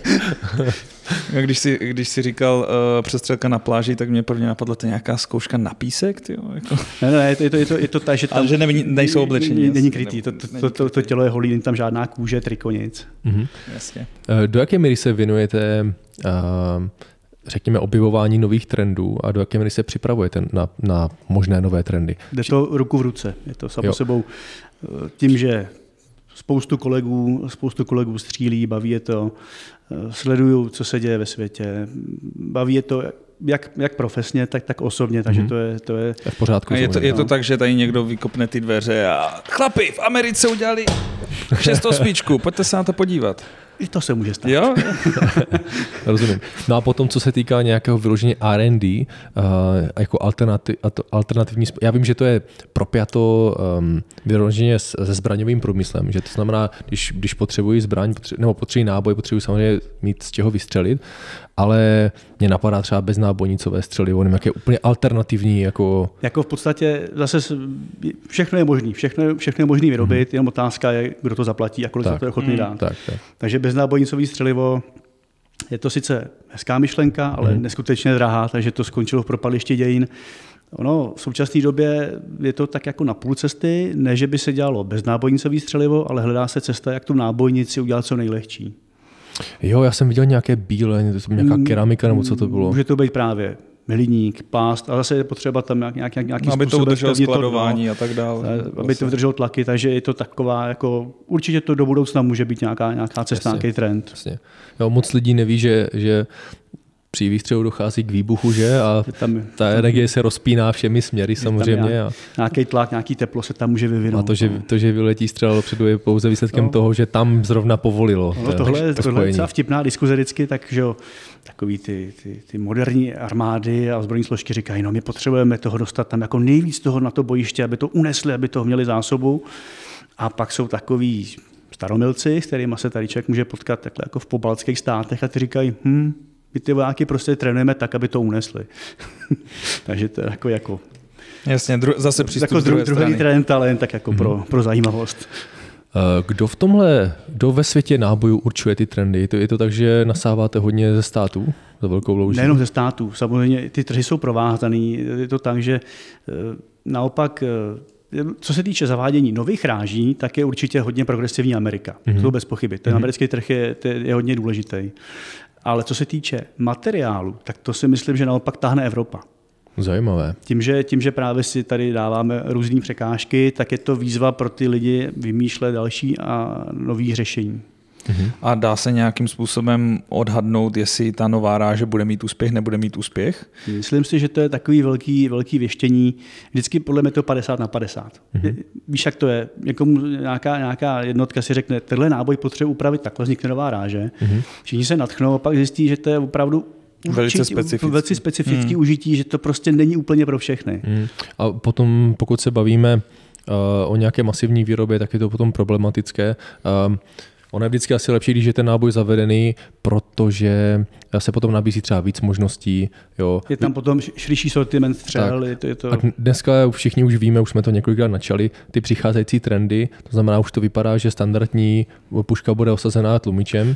Když jsi, když jsi říkal uh, přestřelka na pláži, tak mě prvně napadla to nějaká zkouška na písek. Tyjo, jako. Ne, ne, je to, je to, je to, je to tak, že tam... Ale že ne, nejsou oblečení. Není krytý, to, to, to, to, to tělo je holý, není tam žádná kůže, triko, nic. Mm-hmm. Jasně. Do jaké míry se věnujete, uh, řekněme, objevování nových trendů a do jaké míry se připravujete na, na možné nové trendy? Jde to ruku v ruce. Je to samo sebou tím, že spoustu kolegů, spoustu kolegů střílí, baví je to, sleduju, co se děje ve světě, baví je to jak, jak profesně, tak, tak osobně, takže mm-hmm. to je, to je... v pořádku. A je to, je to tak, že tady někdo vykopne ty dveře a chlapi, v Americe udělali šestou smyčku, pojďte se na to podívat. I to se může stát. Jo? Rozumím. No a potom, co se týká nějakého vyložení R and D, uh, jako alternativ, alternativní... Já vím, že to je propjato um, vyloženě se zbraňovým průmyslem, že to znamená, když, když potřebují zbraň, potřebuji, nebo potřebují náboj, potřebují samozřejmě mít z čeho vystřelit, ale mě napadá třeba beznábojnicové střelivo, nebo jaké úplně alternativní. Jako... jako v podstatě zase všechno je možný, všechno, všechno je možný vyrobit, mm-hmm. jenom otázka je, kdo to zaplatí a kolik tak. za to je ochotný dát. Tak, tak. Takže beznábojnicové střelivo je to sice hezká myšlenka, ale mm-hmm. neskutečně drahá, takže to skončilo v propališti dějin. Ono v současné době je to tak jako na půl cesty, ne, že by se dělalo beznábojnicové střelivo, ale hledá se cesta, jak tu nábojnici udělat co nejlehčí. Jo, já jsem viděl nějaké bílé, to nějaká keramika, nebo co to bylo? Může to být právě hliník, plást, a zase je potřeba tam nějak, nějak, nějaký no, aby způsob, to udrželo skladování to, a tak dále. Aby to vydrželo tlaky, takže je to taková, jako, určitě to do budoucna může být nějaká, nějaká cesta, nějaký trend. Jasně. Jo, moc lidí neví, že, že při výstřelu dochází k výbuchu, že? A tam, ta energie se rozpíná všemi směry samozřejmě. Nějak, a... Nějaký tlak, nějaký teplo se tam může vyvinout. A to, že, to, že vyletí střela dopředu, je pouze výsledkem no. toho, že tam zrovna povolilo. No, tohle, to tohle je celá vtipná diskuze vždycky, takže takový ty, ty, ty moderní armády a ozbrojní složky říkají, no my potřebujeme toho dostat tam jako nejvíc toho na to bojiště, aby to unesli, aby to měli zásobu. A pak jsou takový staromilci, s kterými se tady člověk může potkat takhle jako v pobaltských státech a ty říkají, hm, my ty vojáky prostě trénujeme tak, aby to unesli. Takže to je jako... jako jasně, dru- zase přístup jako z druhé druhý trend, ale jen tak jako mm-hmm. pro, pro zajímavost. Kdo v tomhle, kdo ve světě nábojů určuje ty trendy? Je to, je to tak, že nasáváte hodně ze států za velkou louží? Nejenom ze států. Samozřejmě ty trhy jsou provázaný. Je to tak, že naopak... Co se týče zavádění nových ráží, tak je určitě hodně progresivní Amerika. Mm-hmm. To bez pochyby. Ten mm-hmm. americký trh je, je hodně důležitý. Ale co se týče materiálu, tak to si myslím, že naopak táhne Evropa. Zajímavé. Tím, že, tím, že právě si tady dáváme různé překážky, tak je to výzva pro ty lidi vymýšlet další a nový řešení. mm-hmm. a dá se nějakým způsobem odhadnout, jestli ta nová ráže bude mít úspěch, nebude mít úspěch? Myslím si, že to je takový velký, velký věštění. Vždycky podle mě to padesát na padesát. Mm-hmm. Víš, jak to je? Někomu nějaká, nějaká jednotka si řekne, tenhle náboj potřebuje upravit takhle, vznikne nová ráže. Mm-hmm. Všichni se nadchnou a pak zjistí, že to je opravdu velice specifický, velice specifický hmm. užití, že to prostě není úplně pro všechny. Hmm. A potom, pokud se bavíme uh, o nějaké masivní výrobě, tak je to potom problematické. Uh, ono je vždycky asi lepší, když je ten náboj zavedený, protože se potom nabízí třeba víc možností. Jo. Je tam potom širší sortiment střel. Je to, je to... A dneska všichni už víme, už jsme to několikrát načali, ty přicházející trendy, to znamená, už to vypadá, že standardní puška bude osazená tlumičem,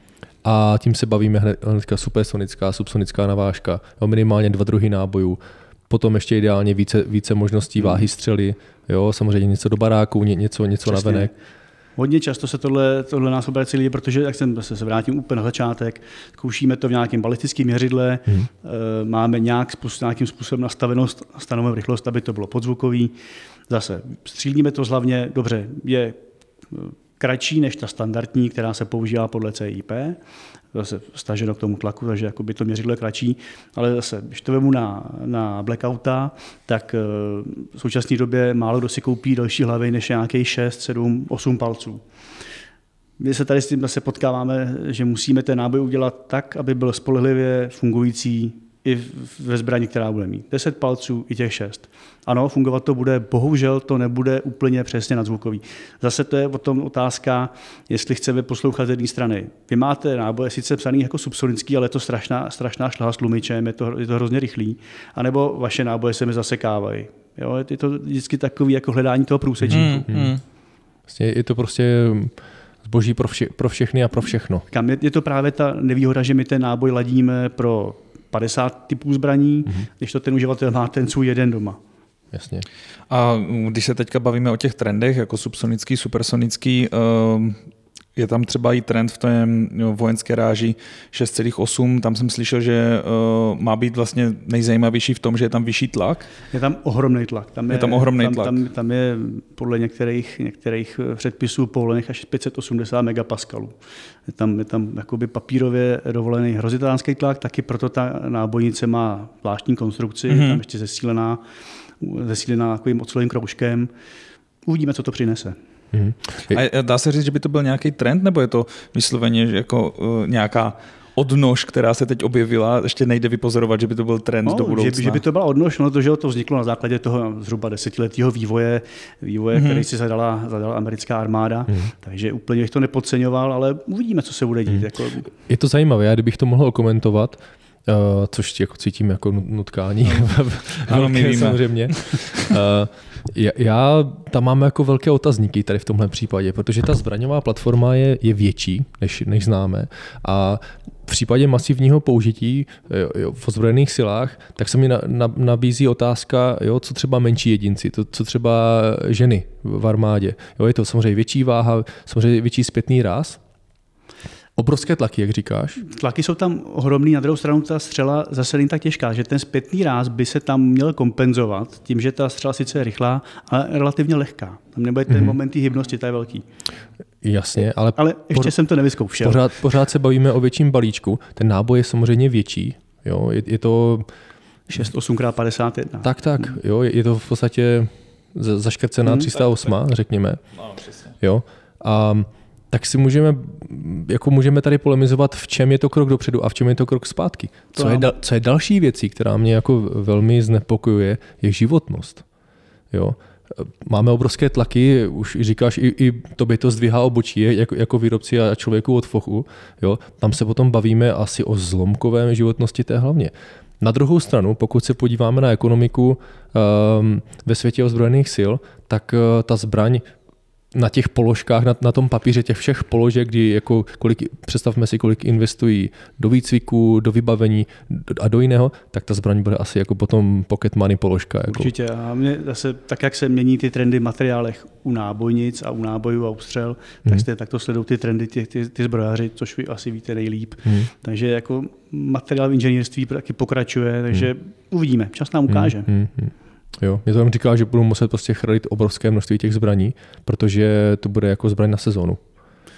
a tím se bavíme hned, hnedka supersonická, subsonická navážka, jo, minimálně dva druhy nábojů, potom ještě ideálně více, více možností váhy střely, jo, samozřejmě něco do baráku, ně, něco, něco navenek. Hodně často se tohle, tohle nás obrací lidi, protože, jak jsem se vrátím úplně na začátek, zkoušíme to v nějakém balistickém měřidle, hmm. máme nějak, nějakým způsobem nastavenou stanovenou rychlost, aby to bylo podzvukový. Zase střílíme to hlavně, dobře, je kratší než ta standardní, která se používá podle C I P, zase staženo k tomu tlaku, takže jakoby to měřidlo je kratší, ale zase, když to vemu na, na blackouta, tak v současné době málo kdo si koupí další hlavy než nějakých šest, sedm, osm palců. My se tady s tím zase potkáváme, že musíme ten náboj udělat tak, aby byl spolehlivě fungující i ve zbraní, která bude mít. deset palců i těch šest. Ano, fungovat to bude, bohužel to nebude úplně přesně nadzvukový. Zase to je o tom otázka, jestli chceme poslouchat z jedné strany. Vy máte náboje sice psaný jako subsonický, ale je to strašná, strašná šlaha s tlumičem, je to, je to hrozně rychlý, anebo vaše náboje se mi zasekávají. Jo, je to vždycky takový jako hledání toho průsečíku. Hmm, hmm. Je to prostě zboží pro, vše, pro všechny a pro všechno. Je, je to právě ta nevýhoda, že my ten náboj ladíme pro padesát typů zbraní, mm-hmm. když to ten uživatel má ten svůj jeden doma. Jasně. A když se teďka bavíme o těch trendech, jako subsonický, supersonický, je tam třeba i trend v té vojenské ráži šest celá osm, tam jsem slyšel, že má být vlastně nejzajímavější v tom, že je tam vyšší tlak. Je tam ohromný tlak. Tam je, je tam ohromný tam, tlak. Tam, tam je podle některých, některých předpisů povolených až pět set osmdesát megapaskalů. Je tam, je tam jakoby papírově dovolený hrozitánský tlak, taky proto ta nábojnice má zvláštní konstrukci, mm-hmm. je tam ještě zesílená, zesílená takovým ocelovým kroužkem. Uvidíme, co to přinese. Hmm. A dá se říct, že by to byl nějaký trend, nebo je to vysloveně jako uh, nějaká odnož, která se teď objevila, ještě nejde vypozorovat, že by to byl trend no, do budoucna? Že, že by to byla odnož, no to, že to vzniklo na základě toho zhruba desetiletého vývoje, vývoje hmm. který si zadala, zadala americká armáda, hmm. takže úplně bych to nepodceňoval, ale uvidíme, co se bude dít. Hmm. Jako... Je to zajímavé, já kdybych to mohl komentovat, Uh, což jako cítím jako nutkání. No. Ano, my víme. Samozřejmě. Uh, já, já tam mám jako velké otazníky tady v tomhle případě, protože ta zbraňová platforma je, je větší, než, než známe. A v případě masivního použití jo, jo, v ozbrojených silách, tak se mi na, na, nabízí otázka, jo, co třeba menší jedinci, to, co třeba ženy v armádě. Jo, je to samozřejmě větší váha, samozřejmě větší zpětný ráz. Obrovské tlaky, jak říkáš? Tlaky jsou tam ohromný, na druhou stranu ta střela zase není tak těžká, že ten zpětný ráz by se tam měl kompenzovat tím, že ta střela sice je rychlá, ale relativně lehká. Tam nebude ten mm-hmm. moment hybnosti, to je velký. Jasně, ale... Ale ještě por... jsem to nevyzkoušel. Pořád, pořád se bavíme o větším balíčku. Ten náboj je samozřejmě větší. Jo? Je, je to... šest osm krát padesát jedna. Tak, tak. Jo? Je to v podstatě zaškrcená hmm, tři sta osm, tak, tak. řekněme. No, přesně. Jo? A tak si můžeme, jako můžeme tady polemizovat, v čem je to krok dopředu a v čem je to krok zpátky. Co je, da, co je další věcí, která mě jako velmi znepokojuje, je životnost. Jo? Máme obrovské tlaky, už říkáš, i, i tobě to zdvihá obočí, jako, jako výrobci a člověku od fochu. Jo? Tam se potom bavíme asi o zlomkové životnosti té hlavně. Na druhou stranu, pokud se podíváme na ekonomiku um, ve světě ozbrojených sil, tak uh, ta zbraň na těch položkách, na, na tom papíře těch všech položek, kdy jako kolik, představme si, kolik investují do výcviku, do vybavení a do jiného, tak ta zbraň bude asi jako potom pocket money položka. Jako. Určitě. A mě zase, tak jak se mění ty trendy v materiálech u nábojnic a u nábojů a u střel, hmm. tak jste takto sledují ty trendy ty, ty, ty zbrojaři, což vy asi víte nejlíp. Hmm. Takže jako materiál v inženýrství taky pokračuje, takže hmm. uvidíme. Čas nám ukáže. Hmm. Hmm. Jo, mě to tam říká, že budou muset prostě chrlit obrovské množství těch zbraní, protože to bude jako zbraň na sezónu.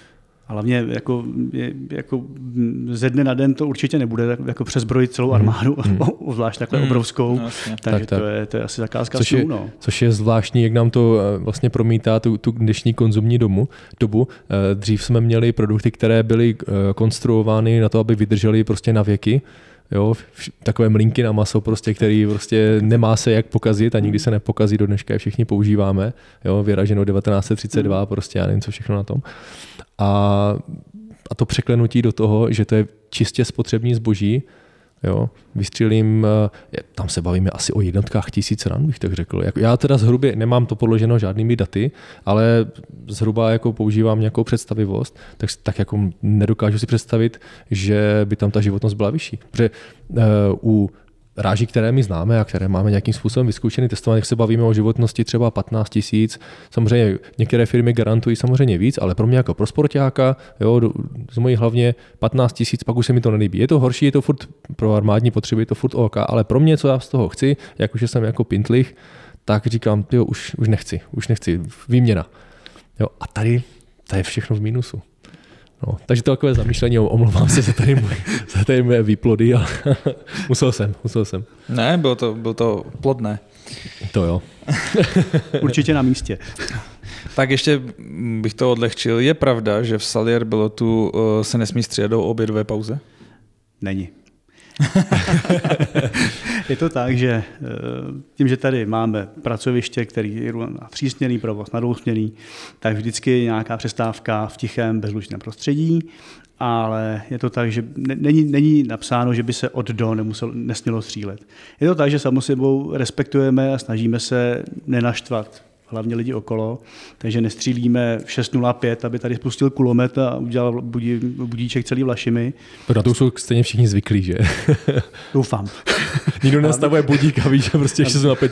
A hlavně jako, jako ze dne na den to určitě nebude jako přezbrojit celou armádu, hmm. zvlášť takhle hmm. obrovskou. Vlastně. Takže tak, tak. To, je, to je asi zakázka což snů. Je, no. Což je zvláštní, jak nám to vlastně promítá tu, tu dnešní konzumní domu, dobu. Dřív jsme měli produkty, které byly konstruovány na to, aby vydržely prostě na věky. Jo, takové mlínky na maso, prostě, který prostě nemá se jak pokazit a nikdy se nepokazí, do dneška je všichni používáme. Jo, vyraženo devatenáct set třicet dva, prostě já nevím, co všechno na tom. A, a to překlenutí do toho, že to je čistě spotřební zboží, jo, vystřelím, tam se bavíme asi o jednotkách tisíc ran, bych tak řekl. Já teda zhrubě nemám to podloženo žádnými daty, ale zhruba jako používám nějakou představivost, tak, tak jako nedokážu si představit, že by tam ta životnost byla vyšší. Protože uh, u ráží, které my známe a které máme nějakým způsobem vyzkoušený, testovaný, jak se bavíme o životnosti třeba patnáct tisíc. Samozřejmě některé firmy garantují samozřejmě víc, ale pro mě jako pro sportáka, jo, z mojí hlavně patnáct tisíc, pak už se mi to nelíbí. Je to horší, je to furt pro armádní potřeby, je to furt OK, ale pro mě, co já z toho chci, jakože jsem jako pintlich, tak říkám, jo, už, už nechci, už nechci, výměna. Jo, a tady, tady je všechno v mínusu. No, takže to takové zamýšlení, omlouvám se za tady moje, za tady moje výplody, ale musel jsem, musel jsem. Ne, bylo to, bylo to plodné. To jo. Určitě na místě. Tak ještě bych to odlehčil. Je pravda, že v Salier Belotu se nesmí střídat o obědové pauze? Není. Je to tak, že tím, že tady máme pracoviště, který je napřísněný, provoz nadousměný, tak vždycky je nějaká přestávka v tichém, bezlučném prostředí, ale je to tak, že není, není napsáno, že by se od do nemusel, nesmělo střílet. Je to tak, že samozřejmě respektujeme a snažíme se nenaštvat hlavně lidi okolo, takže nestřílíme v šest nula pět, aby tady spustil kulomet a udělal budí, budíček celý Vlašimi. Na to jsou stejně všichni zvyklí, že? Doufám. Nikdo nastavuje budík a ví, že prostě šest nula pět.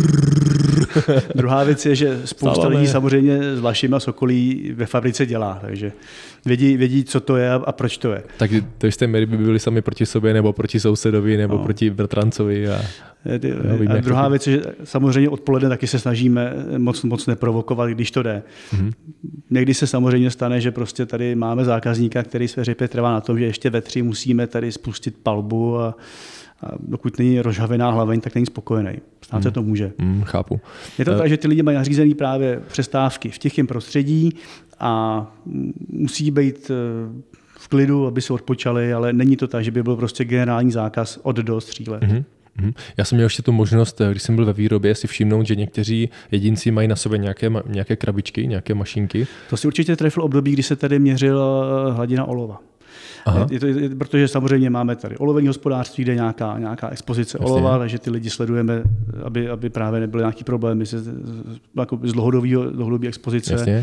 Druhá věc je, že spousta lidí samozřejmě s Vlašimi a Sokolí ve fabrice dělá, takže vědí, vědí, co to je a proč to je. Tak to jste měli by byli sami proti sobě, nebo proti sousedovi, nebo no. proti bratrancovi. A, no, vím, a druhá to... věc je, že samozřejmě odpoledne taky se snažíme moc, moc neprovokovat, když to jde. Mm-hmm. Někdy se samozřejmě stane, že prostě tady máme zákazníka, který své řepě trvá na tom, že ještě ve tři musíme tady spustit palbu a, a dokud není rozhavená hlaveň, tak není spokojený. Snad mm. se to může. Mm, chápu. Je to uh... tak, že ty lidi mají nařízený právě přestávky v tichém prostředí a musí být v klidu, aby se odpočali, ale není to tak, že by byl prostě generální zákaz od do střílet. Mm-hmm. Já jsem měl ještě tu možnost, když jsem byl ve výrobě, si všimnout, že někteří jedinci mají na sobě nějaké, nějaké krabičky, nějaké mašinky. To si určitě trefil období, kdy se tady měřil hladina olova. Je to, je, protože samozřejmě máme tady olovení hospodářství, kde je nějaká, nějaká expozice Jasně. olova, takže ty lidi sledujeme, aby, aby právě nebyly nějaký problémy z, jako z dlouhodobé expozice. Jasně.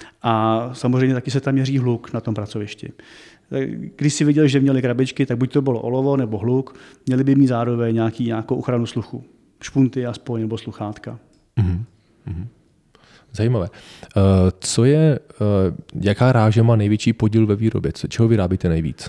A samozřejmě taky se tam měří hluk na tom pracovišti. Když si viděl, že měli krabičky, tak buď to bylo olovo nebo hluk, měli by mít zároveň nějaký, nějakou ochranu sluchu. Špunty aspoň nebo sluchátka. Mm-hmm. Zajímavé. Co je, jaká ráže má největší podíl ve výrobě? Čeho vyrábíte nejvíc?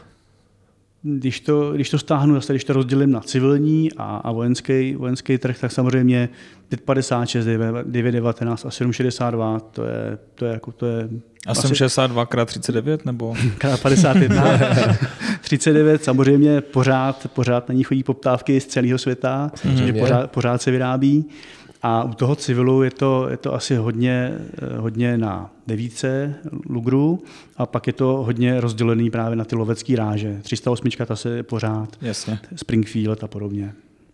Když to, když to stáhnu, zase, když to rozdělím na civilní a, a vojenský, vojenský trh, tak samozřejmě pět padesát šest, devět devatenáct a sedm šedesát dva, to je, to je, jako, to je a sedm šedesát dva krát třicet devět nebo? Krát padesát jedna. třicet devět samozřejmě pořád, pořád na ní chodí poptávky z celého světa, že pořád, pořád se vyrábí. A u toho civilu je to, je to asi hodně, hodně na devíce Lugru a pak je to hodně rozdělený právě na ty lovecké ráže. tři sta osm ta se pořád, Jasně. Springfield a podobně.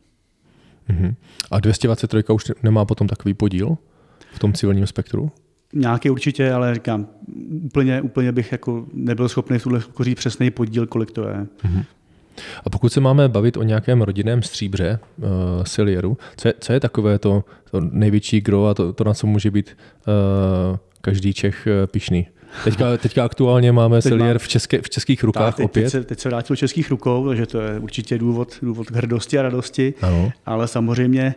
Uh-huh. A dvě stě dvacet tři už nemá potom takový podíl v tom civilním spektru? Nějaký určitě, ale říkám, úplně, úplně bych jako nebyl schopný v tuhle říct přesný podíl, kolik to je. Uh-huh. A pokud se máme bavit o nějakém rodinném stříbře uh, Salieru, co je, co je takové to, to největší gro a to, to, na co může být uh, každý Čech uh, pyšný? Teďka, teďka aktuálně máme Teď Salier má... v, české, v českých rukách tak, teď, opět. Teď se, teď se vrátil do českých rukou, takže to je určitě důvod, důvod k hrdosti a radosti, ano. Ale samozřejmě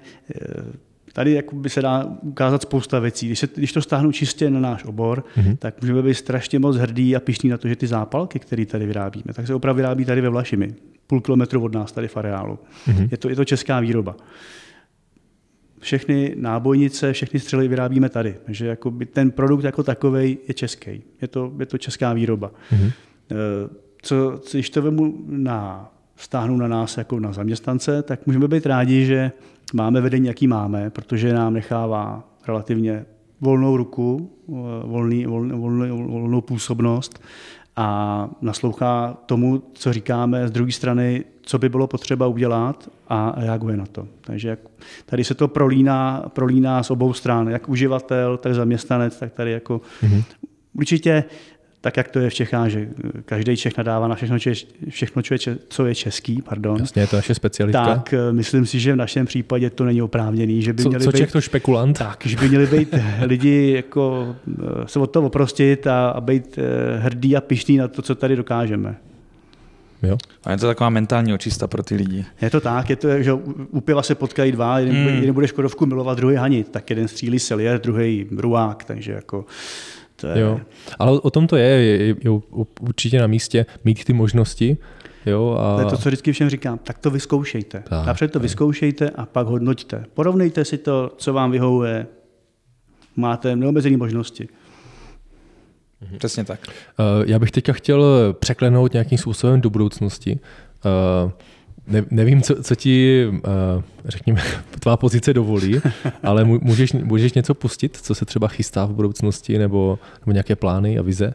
tady by se dá ukázat spousta věcí. Když, se, když to stáhnu čistě na náš obor, mm-hmm. tak můžeme být strašně moc hrdí a pyšní na to, že ty zápalky, které tady vyrábíme, tak se opravdu vyrábí tady ve Vlašimi. Půl kilometru od nás tady v areálu. Mm-hmm. Je to, je to česká výroba. všechny nábojnice, všechny střely vyrábíme tady. Takže jako ten produkt jako takovej je český. Je to, je to česká výroba. Mm-hmm. Co, když to vemu na, stáhnu na nás jako na zaměstnance, tak můžeme být rádi, že máme vedení, jaký máme, protože nám nechává relativně volnou ruku, volný, volný, volný, volnou působnost a naslouchá tomu, co říkáme z druhé strany, co by bylo potřeba udělat a reaguje na to. Takže tady se to prolíná, prolíná z obou stran, jak uživatel, tak zaměstnanec, tak tady jako mm-hmm. určitě tak, jak to je v Čechách, že každý Čech nadává na všechno, všechno co je český, pardon. Jasně, je to naše specialitka. Tak myslím si, že v našem případě to není oprávněný. Že by co měli co být, Čech to špekulant? Tak, že by měli být lidi jako se od toho oprostit a, a být hrdý a pyšný na to, co tady dokážeme. Jo. A je to taková mentální očista pro ty lidi. Je to tak, je to, že u piva se potkají dva, jeden, mm. jeden bude Škodovku milovat, druhý hanit, tak jeden střílí Sellier, druhý Bruák, takže jako to je... Jo. Ale o tom to je, je, je určitě na místě mít ty možnosti. Jo, a... To je to, co vždycky všem říkám, tak to vyzkoušejte. Tak, Napřed to tak. vyzkoušejte a pak hodnoťte. Porovnejte si to, co vám vyhovuje. Máte neomezené možnosti. Přesně tak. Já bych teďka chtěl překlenout nějakým způsobem do budoucnosti. Ne, nevím, co, co ti, řekněme, tvá pozice dovolí, ale můžeš, můžeš něco pustit, co se třeba chystá v budoucnosti, nebo, nebo nějaké plány a vize?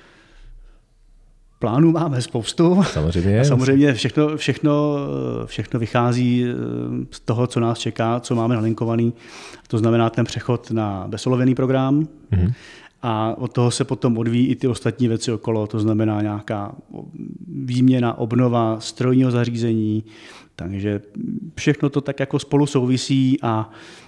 Plánů máme spoustu. Samozřejmě. A samozřejmě všechno, všechno, všechno vychází z toho, co nás čeká, co máme nalinkovaný. To znamená ten přechod na bezolovený program. Mm-hmm. A od toho se potom odvíjí i ty ostatní věci okolo, to znamená nějaká výměna, obnova strojního zařízení, takže všechno to tak jako spolu souvisí a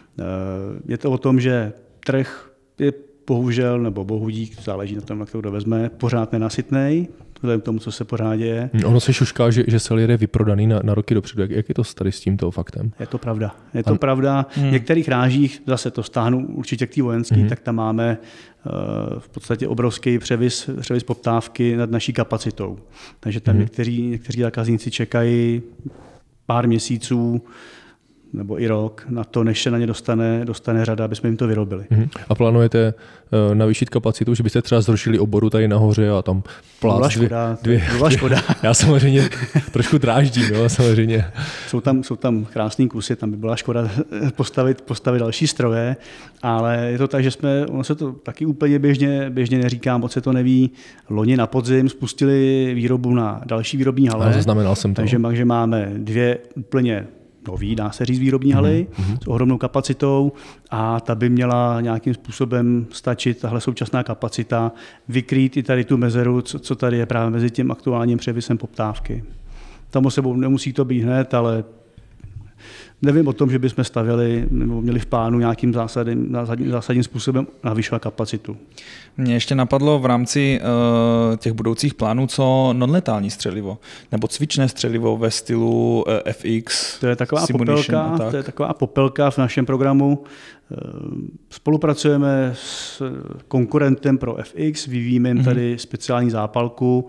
je to o tom, že trh je bohužel, nebo bohudík, záleží na tom, jak to kdo vezme, pořád nenasytnej, vzhledem k tomu, co se pořád děje. Ono se šušká, že, že Sellier je vyprodaný na, na roky dopředu. Jak, jak je to tady s tímto faktem? Je to pravda. Je to An... pravda. V některých rážích, zase to stáhnu určitě k té vojenské, hmm. tak tam máme uh, v podstatě obrovský převis, převis poptávky nad naší kapacitou. Takže tam hmm. někteří, někteří zákazníci čekají pár měsíců nebo i rok na to, než se na ně dostane, dostane řada, aby jsme jim to vyrobili. Uh-huh. A plánujete uh, navýšit kapacitu, že byste třeba zrušili oboru tady nahoře a tam plác byla škoda, dvě, dvě, byla škoda. Já samozřejmě trošku dráždím, jo, samozřejmě. Jsou tam, jsou tam krásný kusy, tam by byla škoda postavit, postavit další stroje, ale je to tak, že jsme, ono se to taky úplně běžně, běžně neříká, moc se to neví, loni na podzim spustili výrobu na další výrobní hale. Ale zaznamenal jsem to. Takže, takže máme dvě úplně nový, dá se říct, výrobní haly mm-hmm. s ohromnou kapacitou a ta by měla nějakým způsobem stačit, tahle současná kapacita, vykrýt i tady tu mezeru, co, co tady je právě mezi tím aktuálním převisem poptávky. Tam o sebou nemusí to být hned, ale nevím o tom, že bychom stavěli nebo měli v plánu nějakým zásadním, zásadním způsobem navyšovat kapacitu. Mně ještě napadlo v rámci uh, těch budoucích plánů, co nonletální střelivo, nebo cvičné střelivo ve stylu uh, F X. To je taková popelka, to je taková popelka v našem programu. Spolupracujeme s konkurentem pro F X, vyvíjíme jim tady speciální zápalku,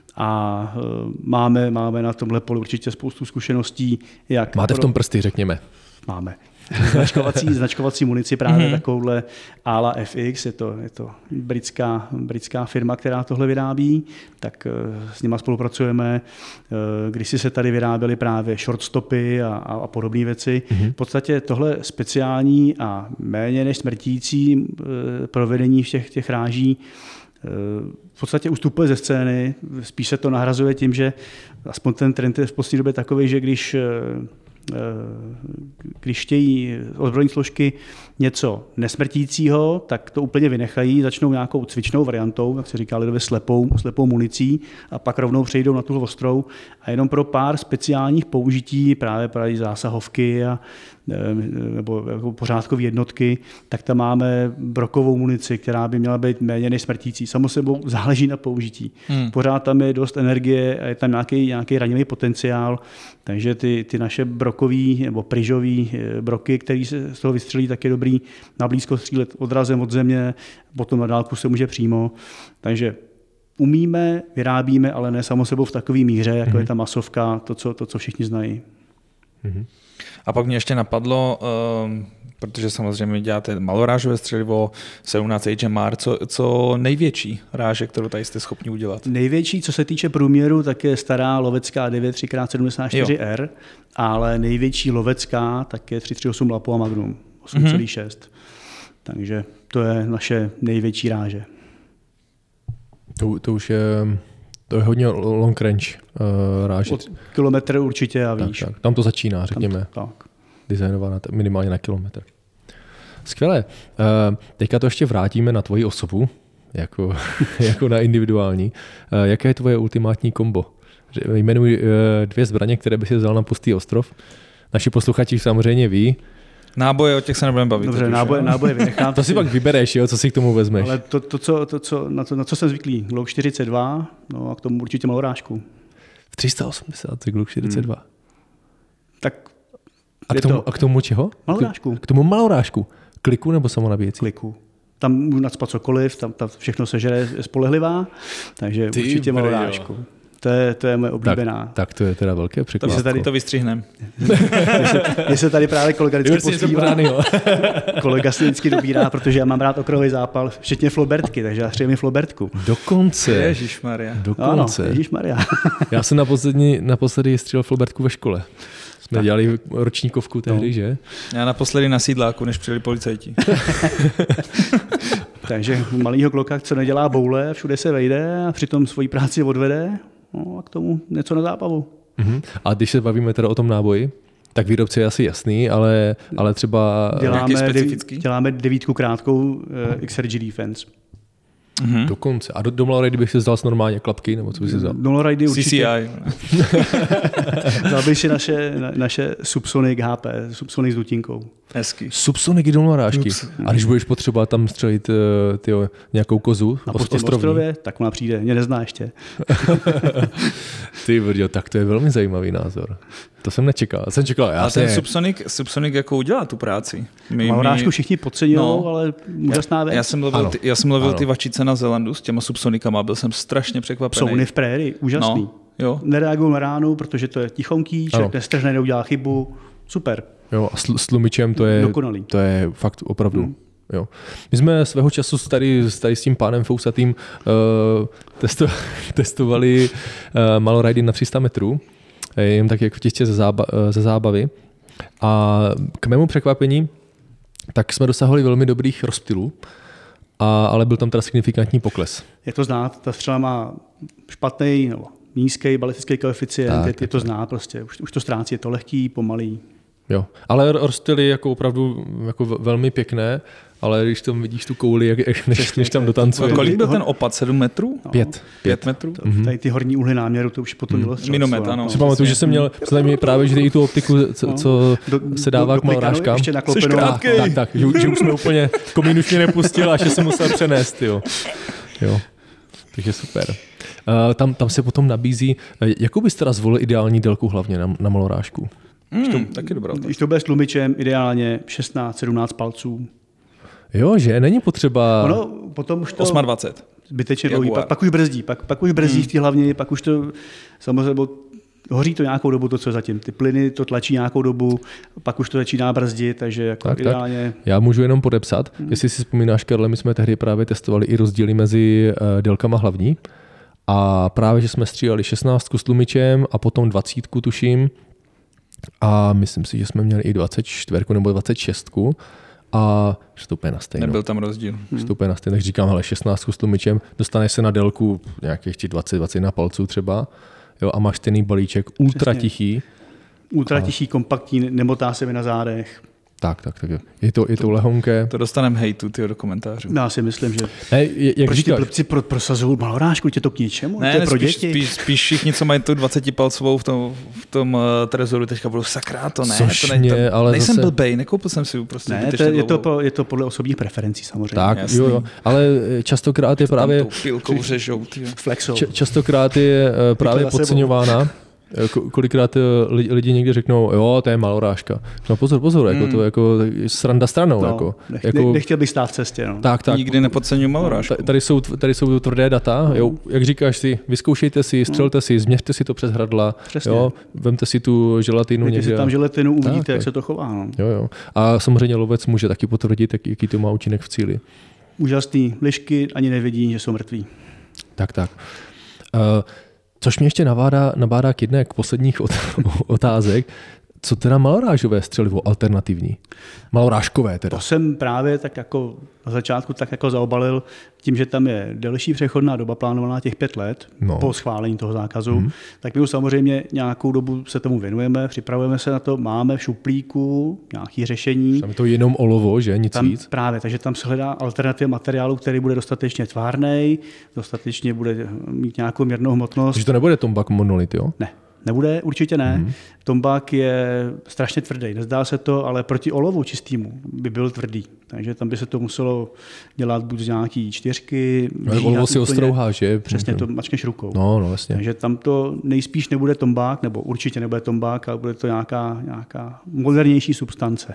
a máme, máme na tomhle poli určitě spoustu zkušeností. Jak Máte v tom prsty, řekněme. Máme. Značkovací, značkovací munici právě mm-hmm. takovouhle Ala F X, je to, je to britská, britská firma, která tohle vyrábí, tak s nima spolupracujeme. Když si se tady vyráběly právě shortstopy a, a podobné věci. Mm-hmm. V podstatě tohle speciální a méně než smrtící provedení v těch, těch ráží v podstatě ustupuje ze scény, spíš se to nahrazuje tím, že aspoň ten trend je v poslední době takový, že když, když chtějí ozbrojní složky něco nesmrtícího, tak to úplně vynechají, začnou nějakou cvičnou variantou, jak se říká lidově slepou, slepou municí a pak rovnou přejdou na tu ostrou a jenom pro pár speciálních použití, právě právě zásahovky a nebo jako pořádkové jednotky, tak tam máme brokovou munici, která by měla být méně než smrtící. Samo sebou záleží na použití. Hmm. Pořád tam je dost energie a je tam nějaký, nějaký ranivý potenciál, takže ty, ty naše brokový nebo pryžový broky, které se z toho vystřelí, tak je dobrý na blízko střílet odrazem od země, potom na dálku se může přímo. Takže umíme, vyrábíme, ale ne samo sebou v takové míře, jako hmm. je ta masovka, to, co, to, co všichni znají. Hmm. A pak mě ještě napadlo, Protože samozřejmě děláte malorážové střelivo, sedmnáct H M R, co, co největší ráže, kterou tady jste schopni udělat? Největší, co se týče průměru, tak je stará lovecká devět tři krát sedmdesát čtyři R, ale největší lovecká tak je tři tři osm Lapo a Magnum osm celá šest. Mm-hmm. Takže to je naše největší ráže. To, to už je, to je hodně long range uh, ráže. Od kilometr určitě a výš. Tak, tak. Tam to začíná, řekněme. Tam, tak. Designovaná minimálně na kilometr. Skvěle. Uh, teďka to ještě vrátíme na tvoji osobu, jako, jako na individuální. Uh, jaké je tvoje ultimátní kombo? Jmenuji uh, dvě zbraně, které by si vzal na pustý ostrov. Naši posluchači samozřejmě ví. Náboje, o těch se nebudeme bavit. Dobře, náboje, náboje vynechám. To si pak vybereš, jo, co si k tomu vezmeš. Ale to, to, co, to co, na, to, na co jsem zvyklý, Glock čtyřicet dva, no a k tomu určitě malorážku. V tři sta osmdesát, Glock čtyřicet dva. Hmm. Tak a k, tomu, to... a k tomu čeho? Malorážku. K tomu malorážku. Kliku nebo samonabíjecí? Kliku. Tam můžu nacpat cokoliv, tam, tam všechno sežere, je spolehlivá, takže Ty určitě malorážku. To je, to je moje oblíbená. Tak, tak to je teda velké překvapení. To se tady to vystřihneme. Mně se tady právě kolega vždycky pospívá. Kolega si vždycky dobírá, protože já mám rád okrový zápal, včetně flobertky, takže já střelím flobertku. Dokonce. Ježišmarja. Dokonce. Ano, ježišmarja. Já jsem naposledy, naposledy střelil flobertku ve škole. Jsme tak. dělali ročníkovku tehdy, no. že? Já naposledy na sídláku, než přijeli policajti. Takže malýho kloka, co nedělá boule, všude se vejde a přitom svoji práci odvede, no a k tomu něco na zábavu. Uh-huh. A když se bavíme teda o tom náboji, tak výrobce je asi jasný, ale, ale třeba... Děláme, specifický? děláme devítku krátkou uh, X R G Defense. Mm-hmm. Dokonce. A do, do Malorady bych si vzal normálně klapky, nebo co bych si vzal? Do Malorady určitě. C C I. Vzal bych si naše, na, naše Subsonic H P, Subsonic s dutinkou. Hezky. Subsonic i do Malorážky. A když budeš potřeba tam střelit tyjo, nějakou kozu na ostrovní ostrově, tak ona přijde, mě nezná ještě. Ty brďo, tak to je velmi zajímavý názor. To jsem nečekal. Jsem čekal, já a ten je... Subsonic, Subsonic jako udělá tu práci. My, Malorážku my... všichni podceňují, no, ale úžasná věc. Já jsem lovil, ty, já jsem lovil ty vačice na Zelandu s těma Subsonicama, byl jsem strašně překvapený. Psouny v prérii, úžasný. No, jo. Nereagují na ránu, protože to je tichonký, člověk nestrhne, neudělá chybu. Super. Jo, a s, s tlumičem to je, dokonalý. To je fakt opravdu. Hmm. Jo. My jsme svého času tady, tady s tím pánem Fousatým uh, testo, testovali uh, malorajdy na tři sta metrů, jen tak jak v těstě ze, zába, ze zábavy. A k mému překvapení, tak jsme dosahovali velmi dobrých rozptylů, a, ale byl tam teda signifikantní pokles. Je to znát, ta střela má špatný nebo nízký balistický koeficient, tak, je, je to znát prostě, už, už to ztrácí, je to lehký, pomalý. Jo, ale rozptyly jako opravdu jako velmi pěkné, ale když tam vidíš tu kouli, jak, jak než, než tam dotancuje. Kolik byl ten opad? sedm metrů? No, pět. Pět metrů? To, mm-hmm. Tady ty horní úhly náměru, to už potom bylo mm. Minomet, ano. Si pamatuju, že jsem měl mi právě že i tu optiku, co, no. co do, se dává do, k malorážkám. Jsi krátký. Tak, tak, že, že už jsme úplně, komín už mě nepustil a že jsem musel přenést. Jo. Jo. Takže super. Uh, tam, tam se potom nabízí, jakou bys teda zvolil ideální délku hlavně na, na malorážku? Mm, to, taky dobrá. Když to bude s tlumičem, ideálně šestnáct sedmnáct palců. Jo, že? Není potřeba... Ono, potom už to... dvacet osm. Zbytečně dlouhý. Pak, pak už brzdí. Pak, pak už brzdí mm. v té hlavně, pak už to samozřejmě hoří to nějakou dobu, to, co zatím. Ty plyny to tlačí nějakou dobu, pak už to začíná brzdit, takže jako tak, ideálně... Tak. Já můžu jenom podepsat. Mm. Jestli si vzpomínáš, Karle, my jsme tehdy právě testovali i rozdíly mezi uh, délkama hlavní a právě, že jsme stříleli šestnáctku s tlumičem a potom dvacítku, tuším, a myslím si, že jsme měli i dvacet čtyři nebo dvacet šest a vstupuje na stejno. Nebyl tam rozdíl. Vstupuje na stejno, takže říkám, hele, šestnáct s tlumičem, dostaneš se na délku nějakých dvacet dvacet jedna palců třeba, jo, a máš stejný balíček, ultra Přesně. tichý. Ultra tichý, kompaktní, nemotá se mi na zádech. Tak, tak, tak. Je to, je to, to lehonké. To dostaneme hejtu, tyjo, do komentářů. Já si myslím, že... Ne, jak Proč říkáš? ty blbci pro, prosazují malorážku, tě to k ničemu? Ne, to je ne pro spíš, děti. Spíš, spíš všichni, co mají tu dvacetipalcovou v tom, v tom uh, trezoru, teďka budou sakra, to ne. Což to ne mě, to, ale nejsem zase... blbej, nekoupil jsem si prostě. Ne, to, je, to, je to podle osobních preferencí samozřejmě. Tak, Jasný. jo, jo, ale častokrát je to právě... Tam tou pilkou řežou, tyjo. Flexou. Č- častokrát je uh, právě podceňována. Kolikrát lidi někdy řeknou, jo, to je malorážka. No pozor, pozor, jako to jako sranda stranou. No, jako, nech, jako, nechtěl bych stát v cestě. No. Tak, tak. Nikdy nepodceňuji malorážku. Tady jsou, tady jsou tvrdé data, jo, jak říkáš si, vyzkoušejte si, střelte si, změřte si to přes hradla, jo, vemte si tu želatinu někde. Si tam želatinu, uvidíte, tak, jak tak. se to chová. No. Jo, jo. A samozřejmě lovec může taky potvrdit, jaký to má účinek v cíli. Úžasný. Lišky ani nevidí, že jsou mrtví. Tak, tak. Uh, což mě ještě nabádá, nabádá k jedné k posledních otázek. Co teda malorážové střelivo alternativní? Malorážkové teda. To jsem právě tak jako na začátku tak jako zaobalil tím, že tam je delší přechodná doba plánovaná těch pět let no. po schválení toho zákazu. Hmm. Tak my už samozřejmě nějakou dobu se tomu věnujeme, připravujeme se na to, máme v šuplíku nějaké řešení. Tam je to jenom olovo, že? Nic tam, víc? Právě, takže tam se hledá alternativa materiálu, který bude dostatečně tvárnej, dostatečně bude mít nějakou mírnou hmotnost. Takže to nebude tombak monolit, jo? Ne. Nebude, určitě ne. Hmm. Tombák je strašně tvrdý, nezdá se to, ale proti olovu čistýmu by byl tvrdý. Takže tam by se to muselo dělat buď z nějaký čtyřky. Olovo si ostrouhá, že? Přesně, to mačkneš rukou. No, no, vlastně. Takže tam to nejspíš nebude tombák, nebo určitě nebude tombák, ale bude to nějaká, nějaká modernější substance.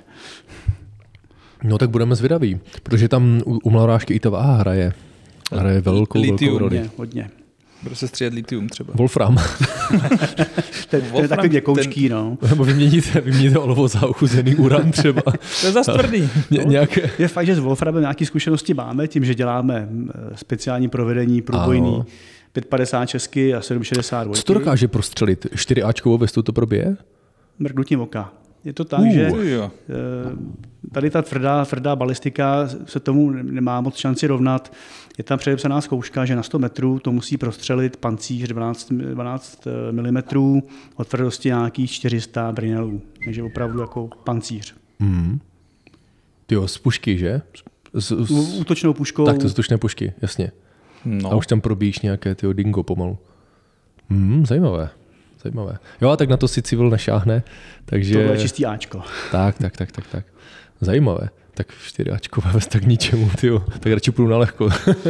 No tak budeme zvědaví, protože tam u, u malorážky i ta váha hraje. Hraje velkou, velkou roli. Hodně, hodně. Bude se stříhat litium třeba. Wolfram. ten, ten je takový měkoučký, ten... no. Nebo vyměníte, vyměníte olovo za ochuzený uran třeba. To je zas tvrdý. Ně, nějaké... Je fakt, že s Wolframem nějaké zkušenosti máme, tím, že děláme speciální provedení průbojný pět padesát česky a sedm šedesát dva. Co to dokáže prostřelit? čtyři áčkovou vestu to probije? Mrknutím oka. Je to tak, uh, že jo. tady ta tvrdá, tvrdá balistika se tomu nemá moc šanci rovnat. Je tam předepsaná zkouška, že na sto metrů to musí prostřelit pancíř dvanáct milimetrů o tvrdosti nějakých čtyři sta brinelů. Takže opravdu jako pancíř. Mm. Tyjo, z pušky, že? Z, z... Útočnou puškou. Tak to z útočné pušky, jasně. No. A už tam probíjíš nějaké tyjo, dingo pomalu. Mm, zajímavé. Zajímavé. Jo, a tak na to si civil nešáhne. Takže... To je čistý áčko. Tak, tak, tak, tak, tak. Zajímavé. Tak čtyři áčkové vez tak ničemu, tyjo. Tak radši půjdu na lehko.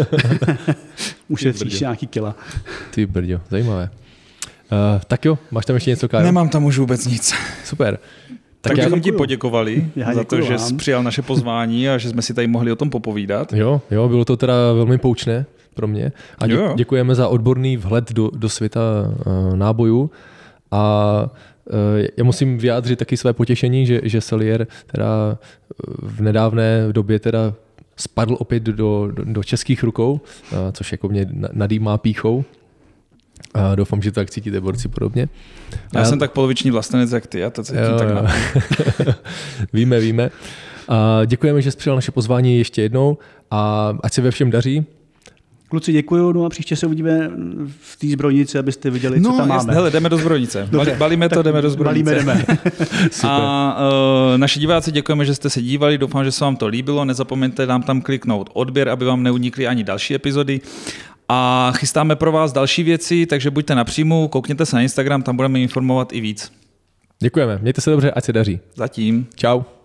Ušetříš nějaký kila. Ty brďo, zajímavé. Uh, tak jo, máš tam ještě něco, Kájo? Nemám tam už vůbec nic. Super. Tak, tak bychom ti poděkovali já za to, že vám. jsi přijal naše pozvání a že jsme si tady mohli o tom popovídat. Jo, jo, bylo to teda velmi poučné pro mě. A dě, děkujeme za odborný vhled do, do světa uh, nábojů. A uh, já musím vyjádřit taky své potěšení, že, že Salier teda v nedávné době teda spadl opět do, do, do českých rukou, uh, což jako mě nadýmá pýchou. A doufám, že to tak cítíte borci podobně. Já a... jsem tak poloviční vlastenec jak ty, já to cítím jo, tak na Víme, víme. A děkujeme, že jsi přijal naše pozvání ještě jednou a ať se ve všem daří. Kluci, děkuju, no a příště se uvidíme v té zbrojnici, abyste viděli, no, co tam jasný, máme. Hele, jdeme do zbrojnice. Dobře, balíme to, jdeme do zbrojnice. Balíme, jdeme. A uh, naši diváci, děkujeme, že jste se dívali, doufám, že se vám to líbilo. Nezapomeňte nám tam kliknout odběr, aby vám neunikly ani další epizody. A chystáme pro vás další věci, takže buďte napříjmu, koukněte se na Instagram, tam budeme informovat i víc. Děkujeme, mějte se dobře, ať se daří. Zatím. Čau.